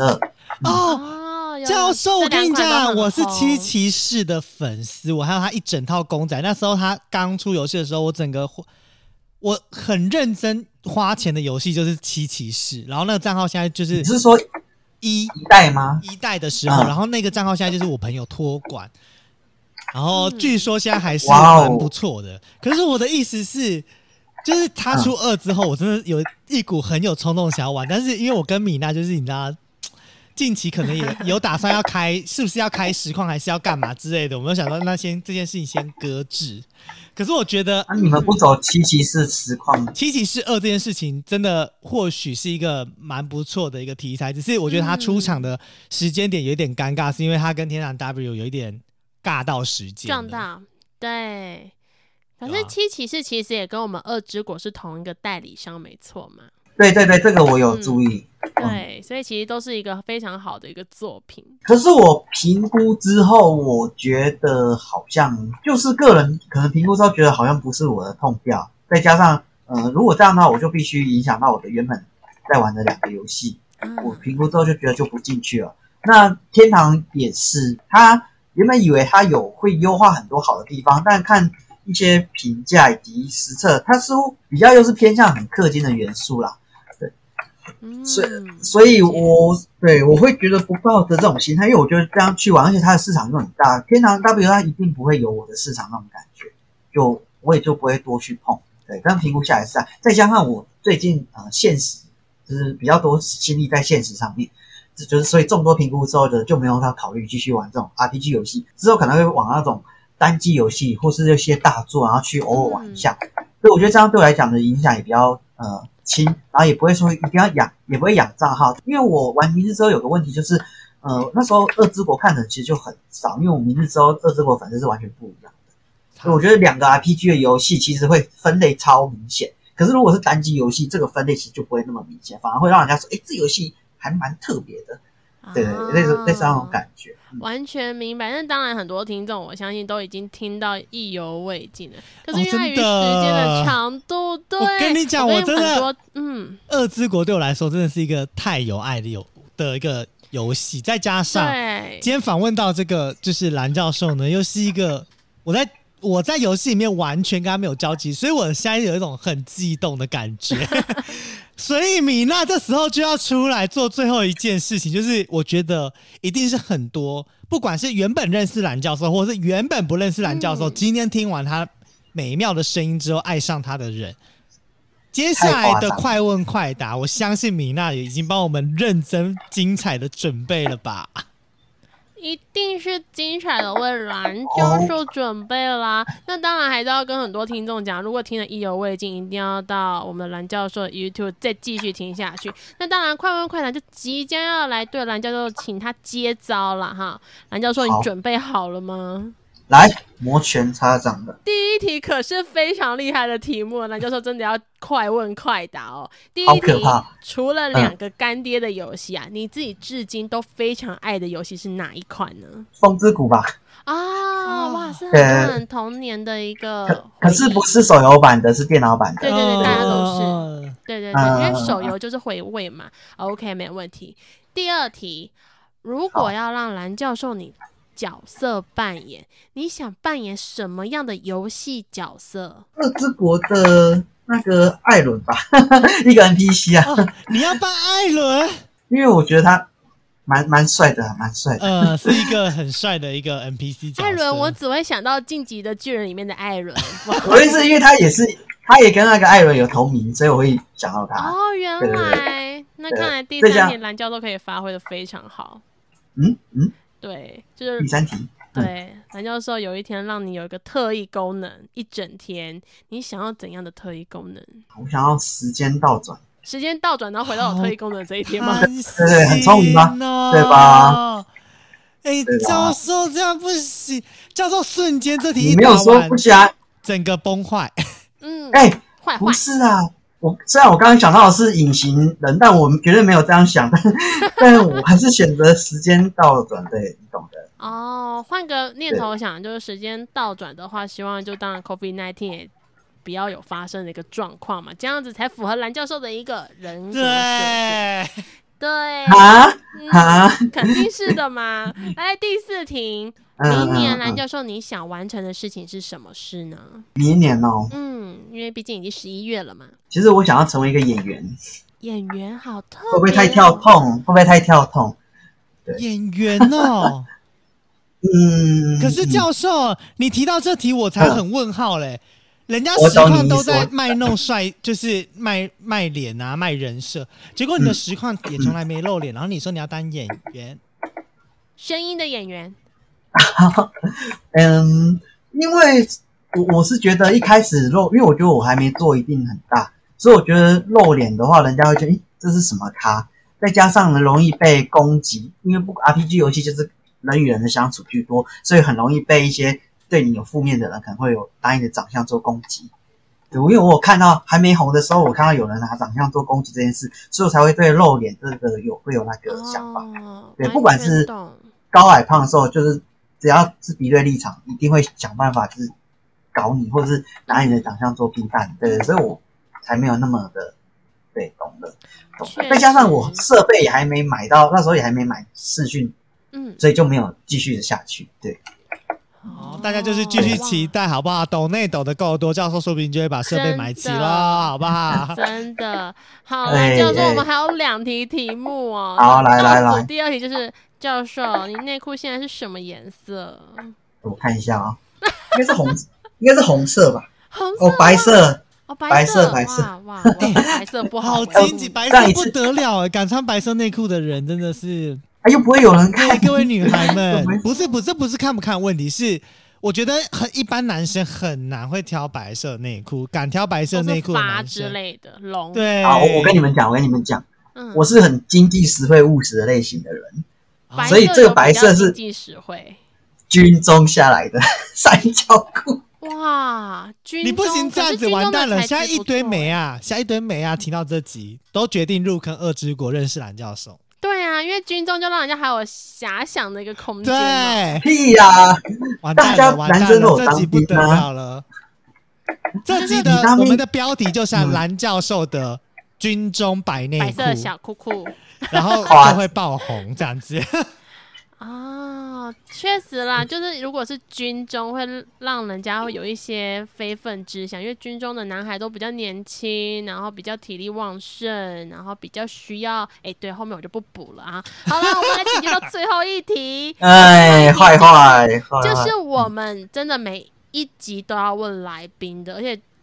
2。 教授，我跟你讲，我是七骑士的粉丝，我还有他一整套公仔。那时候他刚出游戏的时候，我很认真花钱的游戏就是七骑士，然后那个账号现在就是你是说一代吗？ 一代的时候，然后那个账号现在就是我朋友托管，然后据说现在还是蛮不错的。可是我的意思是，就是他出2之后，我真的有一股很有冲动想要玩，但是因为我跟米娜就是你知道，近期可能也有打算要开，是不是要开实况还是要干嘛之类的，我们有想到那这件事情先搁置。可是我觉得， 你们不走七骑士实况， 七骑士2这件事情真的或许是一个蛮不错的一个题材，只是我觉得他出场的时间点有一点尴尬，是因为他跟天堂 W 有一点尬到时间撞到，对。可是七骑士其实也跟我们二之国是同一个代理商，没错嘛？ 对，这个我有注意。 对，所以其实都是一个非常好的一个作品。 可是我评估之后，我觉得好像就是个人可能评估之后觉得好像不是我的痛调，再加上如果这样的话，我就必须影响到我的原本在玩的2个游戏。我评估之后就觉得就不进去了。那天堂也是，他原本以为他会优化很多好的地方，但看一些评价以及实测，它似乎比较又是偏向很氪金的元素啦。对，所以我会觉得不抱着这种心态，因为我觉得这样去玩，而且它的市场又很大，天堂 W 它一定不会有我的市场那种感觉，我也就不会多去碰。对，但评估下来是这样，再加上我最近现实就是比较多心力在现实上面，就是所以众多评估之后就没有要考虑继续玩这种 RPG 游戏，之后可能会往那种单机游戏或是一些大作，然后去偶尔玩一下。所以我觉得这样对我来讲的影响也比较轻，然后也不会说一定要养，也不会养账号。因为我玩明日之后有个问题就是，那时候二之国看的其实就很少，因为我明日之后二之国粉丝是完全不一样的。所以我觉得2个 RPG 的游戏其实会分类超明显，可是如果是单机游戏，这个分类其实就不会那么明显，反而会让人家说，这游戏还蛮特别的。对，类似那种感觉。 完全明白。那当然很多听众我相信都已经听到意犹未尽了，可是因为碍于时间的长度，对， 我跟你讲，我真的二之国对我来说真的是一个太有爱的一个游戏，再加上今天访问到这个就是蓝教授呢，又是一个我在游戏里面完全跟他没有交集，所以我现在有一种很激动的感觉。所以米娜这时候就要出来做最后一件事情，就是我觉得一定是很多不管是原本认识蓝教授或者是原本不认识蓝教授，今天听完他美妙的声音之后爱上他的人， 接下来的快问快答，我相信米娜也已经帮我们认真精彩的准备了吧？ 一定是精彩的为蓝教授准备啦。那当然还是要跟很多听众讲，如果听得意犹未尽，一定要到我们蓝教授的 YouTube 再继续听下去。那当然，快问快答就即将要来对蓝教授请他接招了哈。蓝教授，你准备好了吗？ 来，摩拳擦掌的。 第一题可是非常厉害的题目，蓝教授真的要快问快答哦。第一题，除了2个干爹的游戏啊，你自己至今都非常爱的游戏是哪一款呢？ 风之谷吧。 啊，哇，是很多人童年的一个。 可是不是手游版的，是电脑版的。 对对对，大家都是。对对对，因为手游就是回味嘛。OK， 没问题。第二题，如果要让蓝教授你角色扮演，你想扮演什么样的游戏角色？ 二之国的那个艾伦吧，一个 NPC 啊。 你要扮艾伦？ 因为我觉得他蛮帅的，蛮帅的。 是一个很帅的一个 NPC 角色。 艾伦，我只会想到《晋级的巨人》里面的艾伦。 我意思，因为他也跟那个艾伦有同名，所以我会想到他。 哦，原来，对那看来第3题蓝教授可以发挥的非常好。对，就是第3题。 对，蓝教授有一天让你有一个特异功能，一整天，你想要怎样的特异功能？ 我想要时间倒转。 时间倒转，然后回到有特异功能的这一天吗？ 对对，很聪明吧？对吧？ 教授这样不行，教授瞬间这题一打完，你没有说不行啊， 整个崩坏。 坏不是啊。虽然我刚刚想到的是隐形人，但我绝对没有这样想，但我还是选择时间倒转，对，你懂的。 哦，换个念头想，就是时间倒转的话，希望就当然 COVID-19 也不要有发生的一个状况嘛，这样子才符合蓝教授的一个人格设定。对肯定是的嘛。来，第4题，明年蓝教授你想完成的事情是什么事呢？ 明年哦， 因为毕竟已经11月了嘛。 其实我想要成为一个演员。 演员好特别， 会不会太跳痛？对， 演员哦。可是教授，你提到这题我才很问号嘞。人家实况都在卖弄帅，就是卖脸啊，卖人设。结果你的实况也从来没露脸，然后你说你要当演员， 声音的演员。 因为我是觉得一开始因为我觉得我还没做一定很大，所以我觉得露脸的话，人家会觉得这是什么咖？再加上容易被攻击，因为RPG 游戏就是人与人的相处居多，所以很容易被一些对你有负面的人可能会有拿你的长相做攻击。对，因为我有看到还没红的时候，我看到有人拿长相做攻击这件事，所以我才会对露脸这个会有那个想法。对，不管是高矮胖瘦，就是只要是敌对立场，一定会想办法就是搞你，或者是拿你的长相做批判。对，所以我才没有那么的懂了。再加上我设备也还没买到，那时候也还没买视讯，所以就没有继续的下去。对。 大家就是继续期待好不好？抖内抖的够多，教授说不定就会把设备买齐了，好不好？ 真的好了，教授，我们还有2题题目哦。 好，来。 第2题就是教授，你内裤现在是什么颜色？ 我看一下啊，应该是红色吧？ 红色？ 白色。 白色。哇，白色不好， 经济，白色不得了，敢穿白色内裤的人真的是。 又不会有人看。 各位女孩们，这不是看不看问题，是我觉得一般男生很难会挑白色内裤，敢挑白色内裤的男生之类的龙。 对， 好，我跟你们讲，我是很经济实惠务实的类型的人，所以这个白色是经济实惠， 军中下来的三角裤。 哇， 你不行这样子完蛋了！现在一堆妹啊，听到这集都决定入坑二之国，认识蓝教授。 对啊，因为军中就让人家还有遐想的一个空间。 对， 屁呀！大家男生都有这集不得了了。这集的我们的标题就像蓝教授的军中白内裤， 白色小裤裤， 然后就会爆红这样子。 确实啦，就是如果是军中，会让人家会有一些非分之想，因为军中的男孩都比较年轻，然后比较体力旺盛，然后比较需要。对，后面我就不补了啊。好了，我们来紧接到最后一题。 坏， 就是我们真的每一集都要问来宾的，而且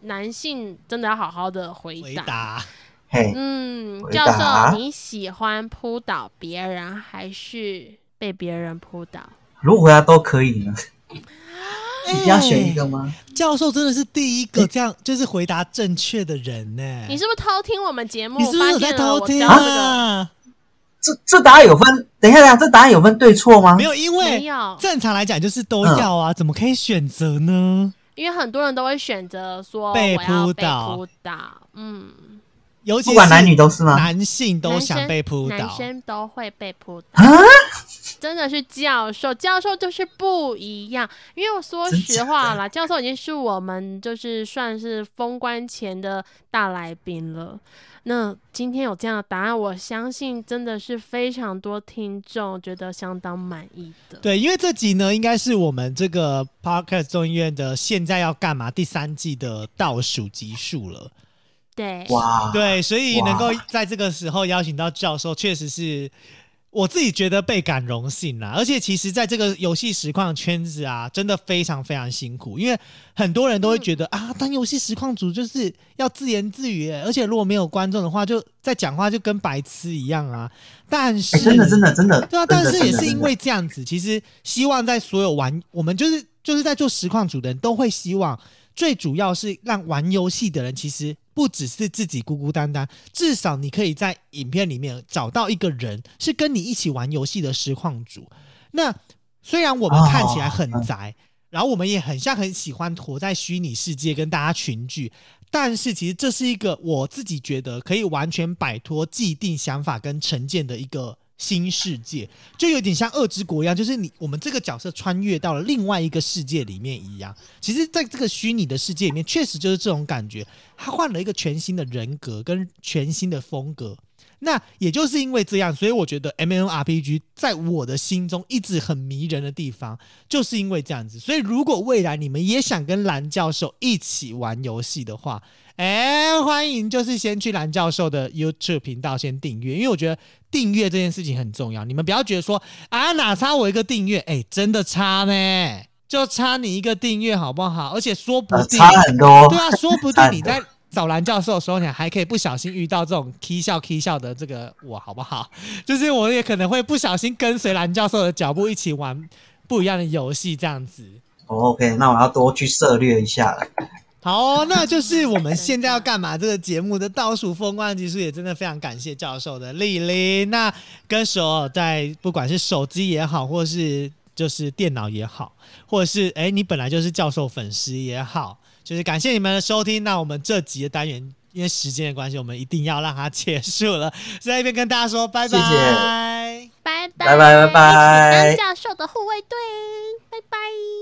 男性真的要好好的回答。 嘿， 教授，你喜欢扑倒别人还是被别人扑倒？ 如果回答都可以呢？一定要选一个吗？ 教授真的是第一个这样就是回答正确的人呢。 你是不是偷听我们节目？ 你是不是有在偷听啊？ 这答案有分？等一下，这答案有分对错吗？ 没有，因为正常来讲就是都要啊，怎么可以选择呢？ 因为很多人都会选择说被扑倒， 尤其是不管男女都是吗？ 男性都想被扑倒， 男生都会被扑倒。真的是教授就是不一样。因为我说实话啦，教授已经是我们就是算是封关前的大来宾了。那今天有这样的答案，我相信真的是非常多听众觉得相当满意的。 对，因为这集呢，应该是我们这个 Podcast 众议院的现在要干嘛第3季的倒数集数了。 对， 哇， 对，所以能够在这个时候邀请到教授，确实是我自己觉得倍感荣幸啦。而且其实在这个游戏实况圈子啊，真的非常非常辛苦，因为很多人都会觉得当游戏实况组就是要自言自语，而且如果没有观众的话，就在讲话就跟白痴一样啊。但是真的对啊，但是也是因为这样子，其实希望在所有我们就是在做实况组的人都会希望，最主要是让玩游戏的人其实不只是自己孤孤单单，至少你可以在影片里面找到一个人是跟你一起玩游戏的实况主。那虽然我们看起来很宅，然后我们也很喜欢活在虚拟世界跟大家群聚，但是其实这是一个我自己觉得可以完全摆脱既定想法跟成见的一个新世界，就有点像恶之国一样，就是我们这个角色穿越到了另外一个世界里面一样。其实在这个虚拟的世界里面确实就是这种感觉，他换了一个全新的人格跟全新的风格。那也就是因为这样，所以我觉得 MMORPG 在我的心中一直很迷人的地方，就是因为这样子。所以如果未来你们也想跟蓝教授一起玩游戏的话，欢迎就是先去蓝教授的 YouTube 频道先订阅，因为我觉得订阅这件事情很重要。你们不要觉得说哪差我一个订阅，真的差呢，就差你一个订阅好不好？而且说不定差很多， 对啊，说不定你在找蓝教授的时候，你还可以不小心遇到这种 k 笑的这个我，好不好？就是我也可能会不小心跟随蓝教授的脚步一起玩不一样的游戏，这样子。 OK， 那我要多去涉猎一下了。 好，那就是我们现在要干嘛这个节目的倒数封关集数，也真的非常感谢教授的莅临。那跟所有在不管是手机也好，或是就是电脑也好，或者是你本来就是教授粉丝也好，就是感谢你们的收听。那我们这集的单元因为时间的关系，我们一定要让它结束了，在这边跟大家说拜拜， 谢谢， 拜拜拜拜拜拜， 一起当教授的护卫队，拜拜。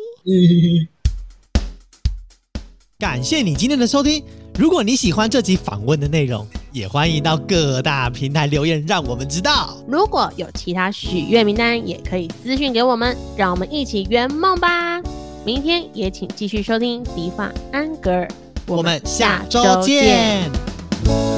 感谢你今天的收听。如果你喜欢这集访问的内容，也欢迎到各大平台留言让我们知道。 如果有其他许愿名单，也可以私讯给我们，让我们一起圆梦吧。明天也请继续收听迪法安格尔， 我们下周见。